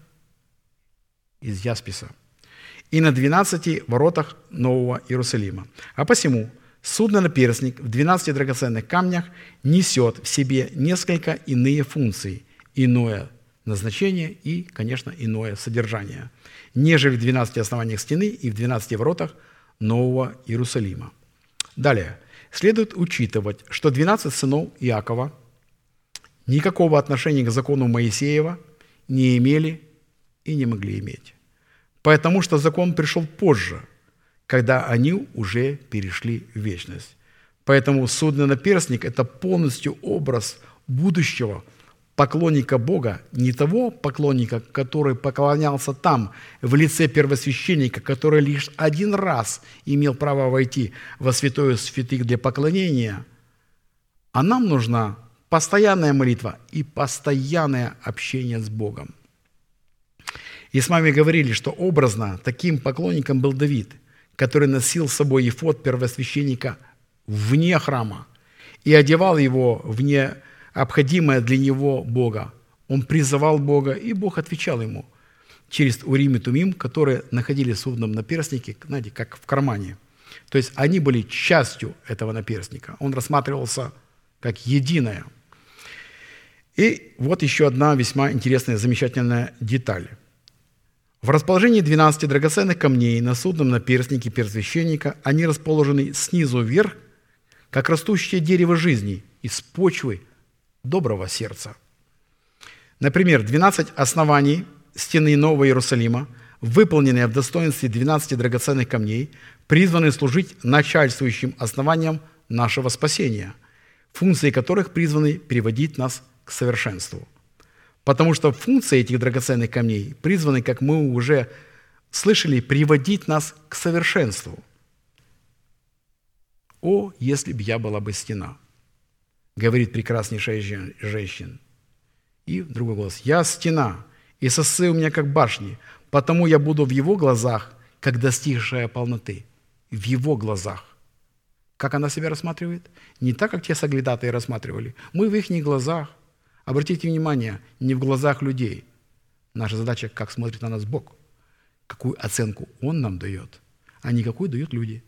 Из ясписа. И на двенадцати воротах Нового Иерусалима. А посему судный наперстник в двенадцати драгоценных камнях несет в себе несколько иные функции, иное назначение и, конечно, иное содержание, нежели в двенадцати основаниях стены и в двенадцати воротах Нового Иерусалима. Далее. Следует учитывать, что двенадцать сынов Иакова никакого отношения к закону Моисеева не имели и не могли иметь. Потому что закон пришел позже, когда они уже перешли в вечность. Поэтому судный наперстник – это полностью образ будущего поклонника Бога, не того поклонника, который поклонялся там, в лице первосвященника, который лишь один раз имел право войти во святое святых для поклонения, а нам нужна постоянная молитва и постоянное общение с Богом. И с вами говорили, что образно таким поклонником был Давид, который носил с собой ефод первосвященника вне храма и одевал его в необходимое для него Бога. Он призывал Бога, и Бог отвечал ему через Урим и Тумим, которые находились в судном наперстнике, знаете, как в кармане. То есть они были частью этого наперстника. Он рассматривался как единое. И вот еще одна весьма интересная, замечательная деталь. В расположении двенадцати драгоценных камней на судном наперстнике первосвященника они расположены снизу вверх, как растущее дерево жизни из почвы доброго сердца. Например, двенадцать оснований стены Нового Иерусалима, выполненные в достоинстве двенадцати драгоценных камней, призваны служить начальствующим основанием нашего спасения, функции которых призваны приводить нас к совершенству. Потому что функции этих драгоценных камней призваны, как мы уже слышали, приводить нас к совершенству. «О, если б я была бы стена», говорит прекраснейшая женщина. И другой голос: «Я стена, и сосы у меня, как башни, потому я буду в его глазах, как достигшая полноты». В его глазах. Как она себя рассматривает? Не так, как те соглядатые рассматривали. Мы в их глазах. Обратите внимание, не в глазах людей. Наша задача, как смотрит на нас Бог, какую оценку Он нам дает, а не какую дают люди.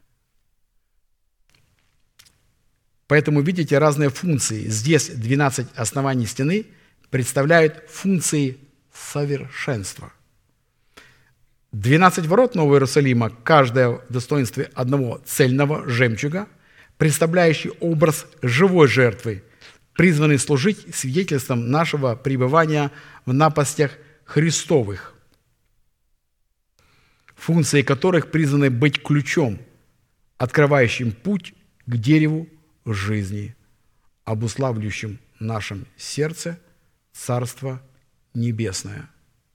Поэтому видите разные функции. Здесь двенадцать оснований стены представляют функции совершенства. двенадцать ворот Нового Иерусалима, каждая в достоинстве одного цельного жемчуга, представляющий образ живой жертвы, призванный служить свидетельством нашего пребывания в напастях Христовых, функции которых призваны быть ключом, открывающим путь к дереву жизни, обуславливающим в нашем сердце Царство Небесное.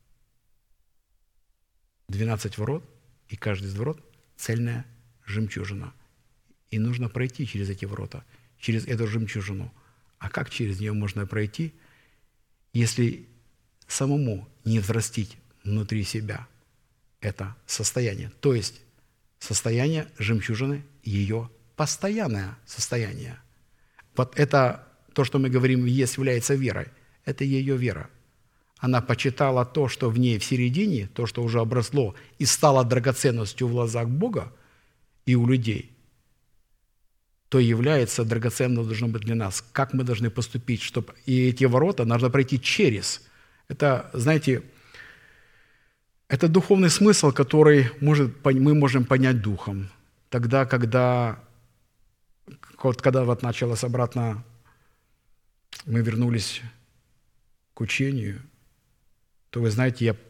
двенадцать ворот, и каждый из ворот – цельная жемчужина. И нужно пройти через эти ворота, через эту жемчужину. А как через нее можно пройти, если самому не взрастить внутри себя это состояние? То есть состояние жемчужины – ее постоянное состояние. Вот это то, что мы говорим, есть, является верой. Это ее вера. Она почитала то, что в ней в середине, то, что уже обросло и стало драгоценностью в глазах Бога и у людей, то является драгоценным должно быть для нас. Как мы должны поступить, чтобы и эти ворота нужно пройти через. Это, знаете, это духовный смысл, который может, мы можем понять духом. Тогда, когда, вот, когда вот началось обратно, мы вернулись к учению, то, вы знаете, я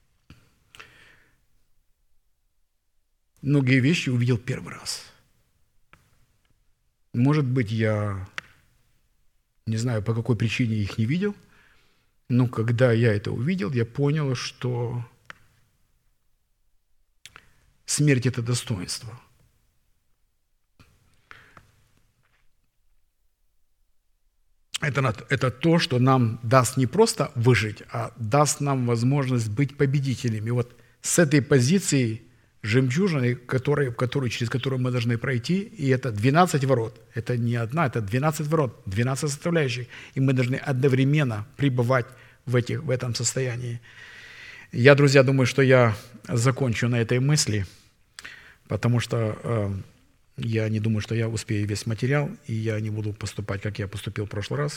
многие вещи увидел первый раз. Может быть, я не знаю, по какой причине их не видел, но когда я это увидел, я понял, что смерть – это достоинство. Это, это то, что нам даст не просто выжить, а даст нам возможность быть победителями. Вот с этой позиции жемчужины, который, который, через которую мы должны пройти, и это двенадцать ворот. Это не одна, это двенадцать ворот, двенадцать составляющих. И мы должны одновременно пребывать в, этих, в этом состоянии. Я, друзья, думаю, что я закончу на этой мысли, потому что э, я не думаю, что я успею весь материал, и я не буду поступать, как я поступил в прошлый раз.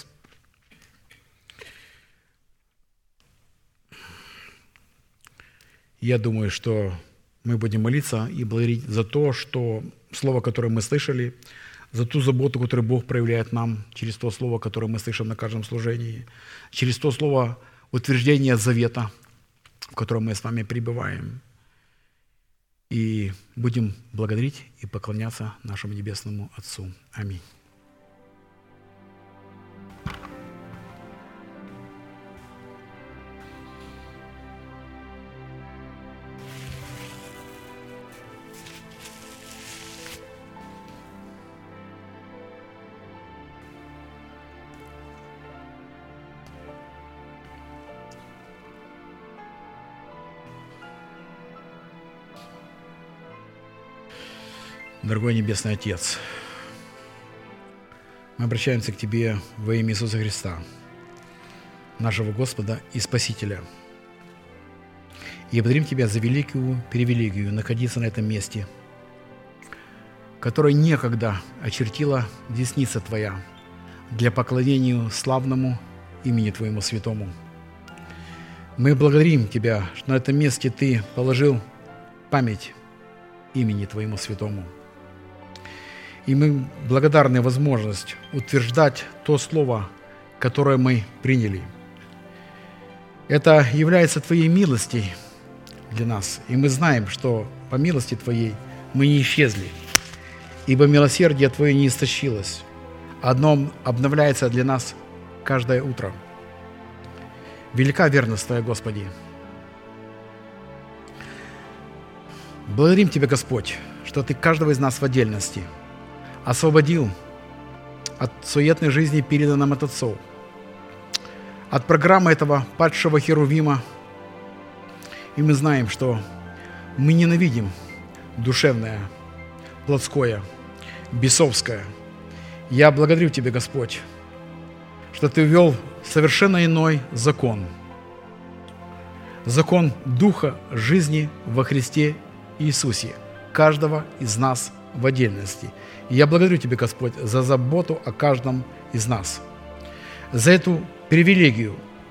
Я думаю, что мы будем молиться и благодарить за то, что слово, которое мы слышали, за ту заботу, которую Бог проявляет нам через то слово, которое мы слышим на каждом служении, через то слово утверждения завета, в котором мы с вами пребываем. И будем благодарить и поклоняться нашему Небесному Отцу. Аминь. Дорогой Небесный Отец, мы обращаемся к Тебе во имя Иисуса Христа, нашего Господа и Спасителя. И благодарим Тебя за великую привилегию находиться на этом месте, которое некогда очертила десница Твоя для поклонения славному имени Твоему святому. Мы благодарим Тебя, что на этом месте Ты положил память имени Твоему святому. И мы благодарны возможность утверждать то слово, которое мы приняли. Это является Твоей милостью для нас. И мы знаем, что по милости Твоей мы не исчезли, ибо милосердие Твое не истощилось. Одно обновляется для нас каждое утро. Велика верность Твоя, Господи. Благодарим Тебя, Господь, что Ты каждого из нас в отдельности освободил от суетной жизни, переданной нам от отцов, от программы этого падшего Херувима. И мы знаем, что мы ненавидим душевное, плотское, бесовское. Я благодарю Тебя, Господь, что Ты ввел совершенно иной закон. Закон Духа жизни во Христе Иисусе, каждого из нас в отдельности. И я благодарю Тебя, Господь, за заботу о каждом из нас, за эту привилегию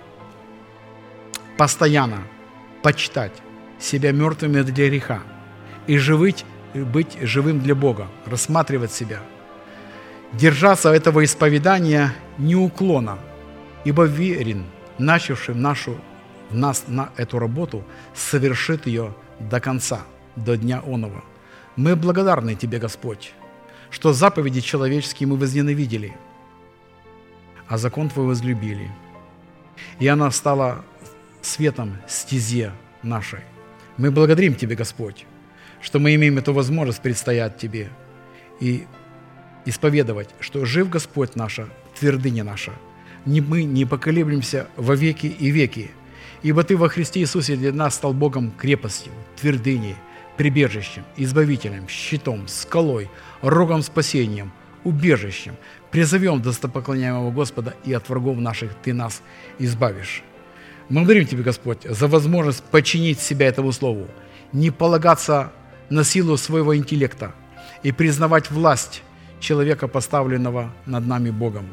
постоянно почитать себя мертвыми для греха и живыть, быть живым для Бога, рассматривать себя, держаться этого исповедания неуклонно, ибо верен, начавшим нашу, в нас на эту работу, совершит ее до конца, до дня оного. Мы благодарны Тебе, Господь, что заповеди человеческие мы возненавидели, а закон Твой возлюбили. И она стала светом стезе нашей. Мы благодарим Тебя, Господь, что мы имеем эту возможность предстоять Тебе и исповедовать, что жив Господь наша, твердыня наша. Не мы не поколеблемся во веки и веки, ибо Ты во Христе Иисусе для нас стал Богом крепостью, твердыней, прибежищем, избавителем, щитом, скалой, рогом спасением, убежищем. Призовем достопоклоняемого Господа, и от врагов наших Ты нас избавишь. Мы благодарим Тебя, Господь, за возможность подчинить себя этому слову, не полагаться на силу своего интеллекта и признавать власть человека, поставленного над нами Богом.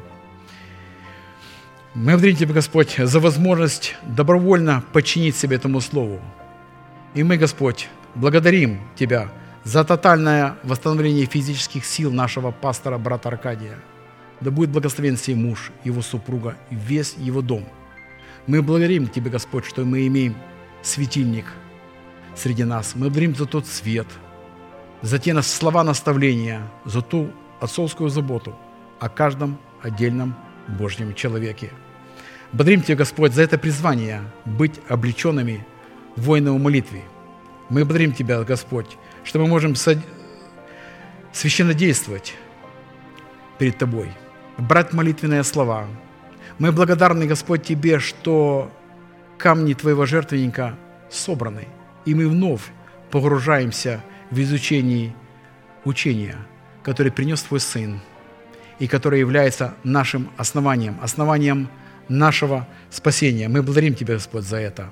Мы благодарим Тебя, Господь, за возможность добровольно подчинить себя этому слову. И мы, Господь, благодарим Тебя за тотальное восстановление физических сил нашего пастора, брата Аркадия. Да будет благословен сей муж, его супруга и весь его дом. Мы благодарим Тебя, Господь, что мы имеем светильник среди нас. Мы благодарим за тот свет, за те слова наставления, за ту отцовскую заботу о каждом отдельном Божьем человеке. Благодарим Тебя, Господь, за это призвание быть облеченными воином в молитве. Мы благодарим Тебя, Господь, что мы можем священно действовать перед Тобой, брать молитвенные слова. Мы благодарны, Господь, Тебе, что камни Твоего жертвенника собраны, и мы вновь погружаемся в изучение учения, которое принес Твой Сын, и которое является нашим основанием, основанием нашего спасения. Мы благодарим Тебя, Господь, за это.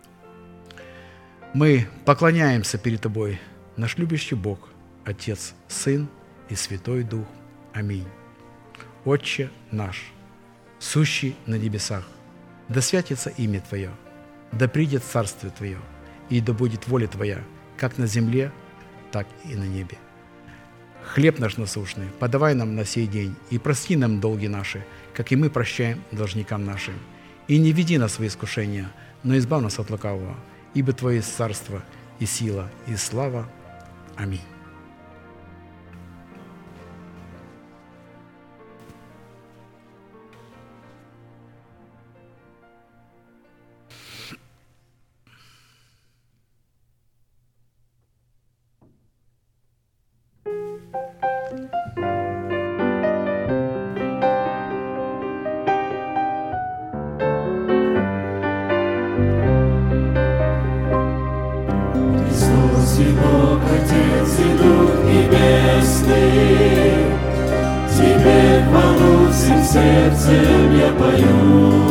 Мы поклоняемся перед Тобой, наш любящий Бог, Отец, Сын и Святой Дух. Аминь. Отче наш, сущий на небесах, да святится имя Твое, да придет царствие Твое, и да будет воля Твоя, как на земле, так и на небе. Хлеб наш насущный подавай нам на сей день, и прости нам долги наши, как и мы прощаем должникам нашим. И не веди нас в искушение, но избавь нас от лукавого, ибо Твое есть царство, и сила, и слава. Аминь. Христос Господи Бог, Отец и Дух Небесный, Тебе хвалу всем сердцем я пою.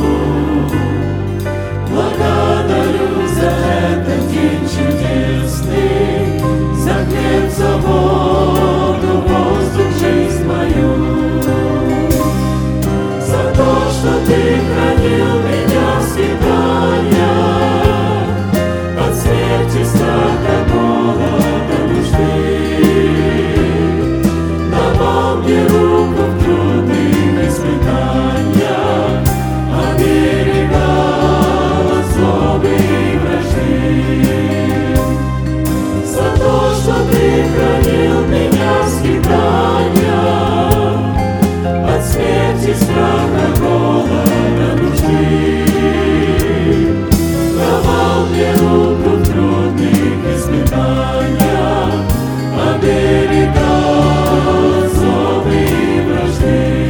Благодарю за этот день чудесный, за хлеб, за воду, воздух, жизнь мою, за то, что Ты хранил меня в скитаниях, от смерти, страха, голода, нужды, давал мне руку в трудных испытаниях, оберегал от злобы и вражды. За то, что Ты хранил меня в скитаниях, от смерти, страха, голода, нужды, давал мне руку в трудных испытаниях, оберегал от злобы и вражды.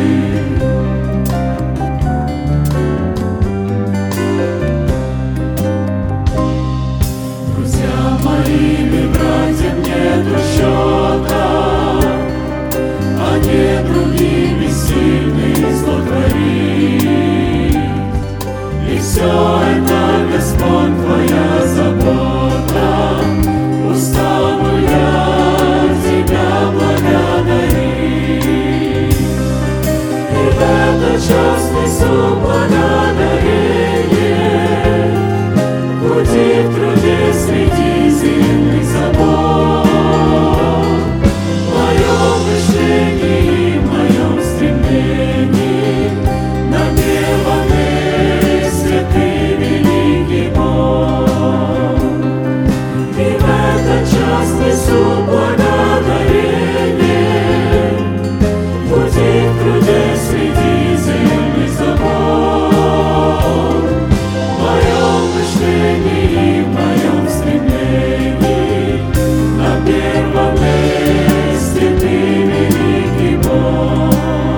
Друзья моими, братьям нету счета, а не другими сильный зло творит. И все это, Господь, Твоя забота, устану я Тебя благодарить. И в этот час несу благодарение, в пути, в труде, среди земных забот, в моем мышлении, в моем стремлении, на первом месте Ты, великий Бог. И в этот час несу благодарение, в пути, в труде, среди земных забот, в моем мышлении, в моем стремлении, на первом месте Ты, великий Бог.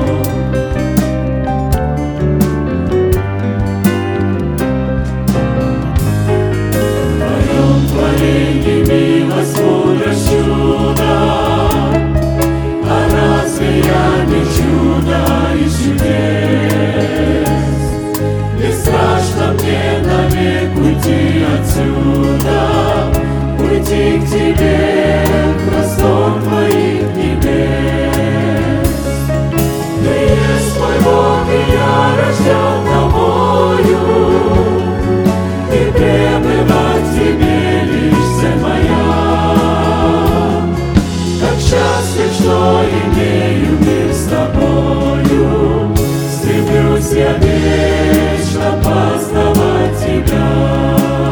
В Твоем творении милость, мудрость, чудо, а разве я не чудо из чудес? Не страшно мне навек уйти отсюда, уйти к Тебе, в простор Твоих небес. Ты есть мой Бог, и я рожден Тобою, и пребывать в Тебе лишь цель моя. Как счастлив, что имею мир с Тобою, стремлюсь я вечно познавать Тебя.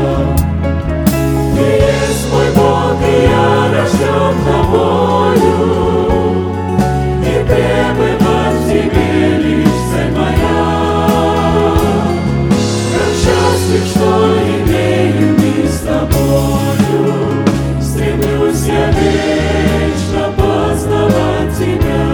Ты есть мой Бог, и я рожден Тобою, и пребывать в Тебе лишь цель моя. Как счастлив, что имею мир с Тобою, стремлюсь я вечно познавать Тебя.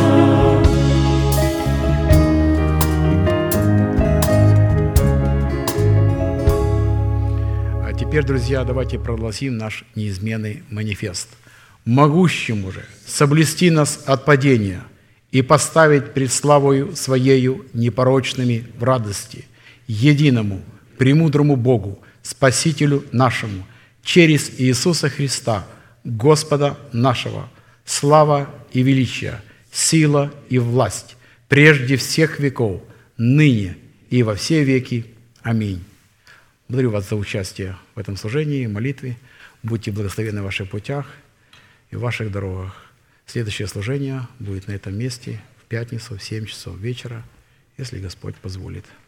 А теперь, друзья, давайте прогласим наш неизменный манифест. «Могущему же соблюсти нас от падения и поставить пред славою Своею непорочными в радости, единому, премудрому Богу, Спасителю нашему, через Иисуса Христа, Господа нашего, слава и величие, сила и власть, прежде всех веков, ныне и во все веки. Аминь». Благодарю вас за участие в этом служении, молитве. Будьте благословенны в ваших путях и в ваших дорогах. Следующее служение будет на этом месте в пятницу в семь часов вечера, если Господь позволит.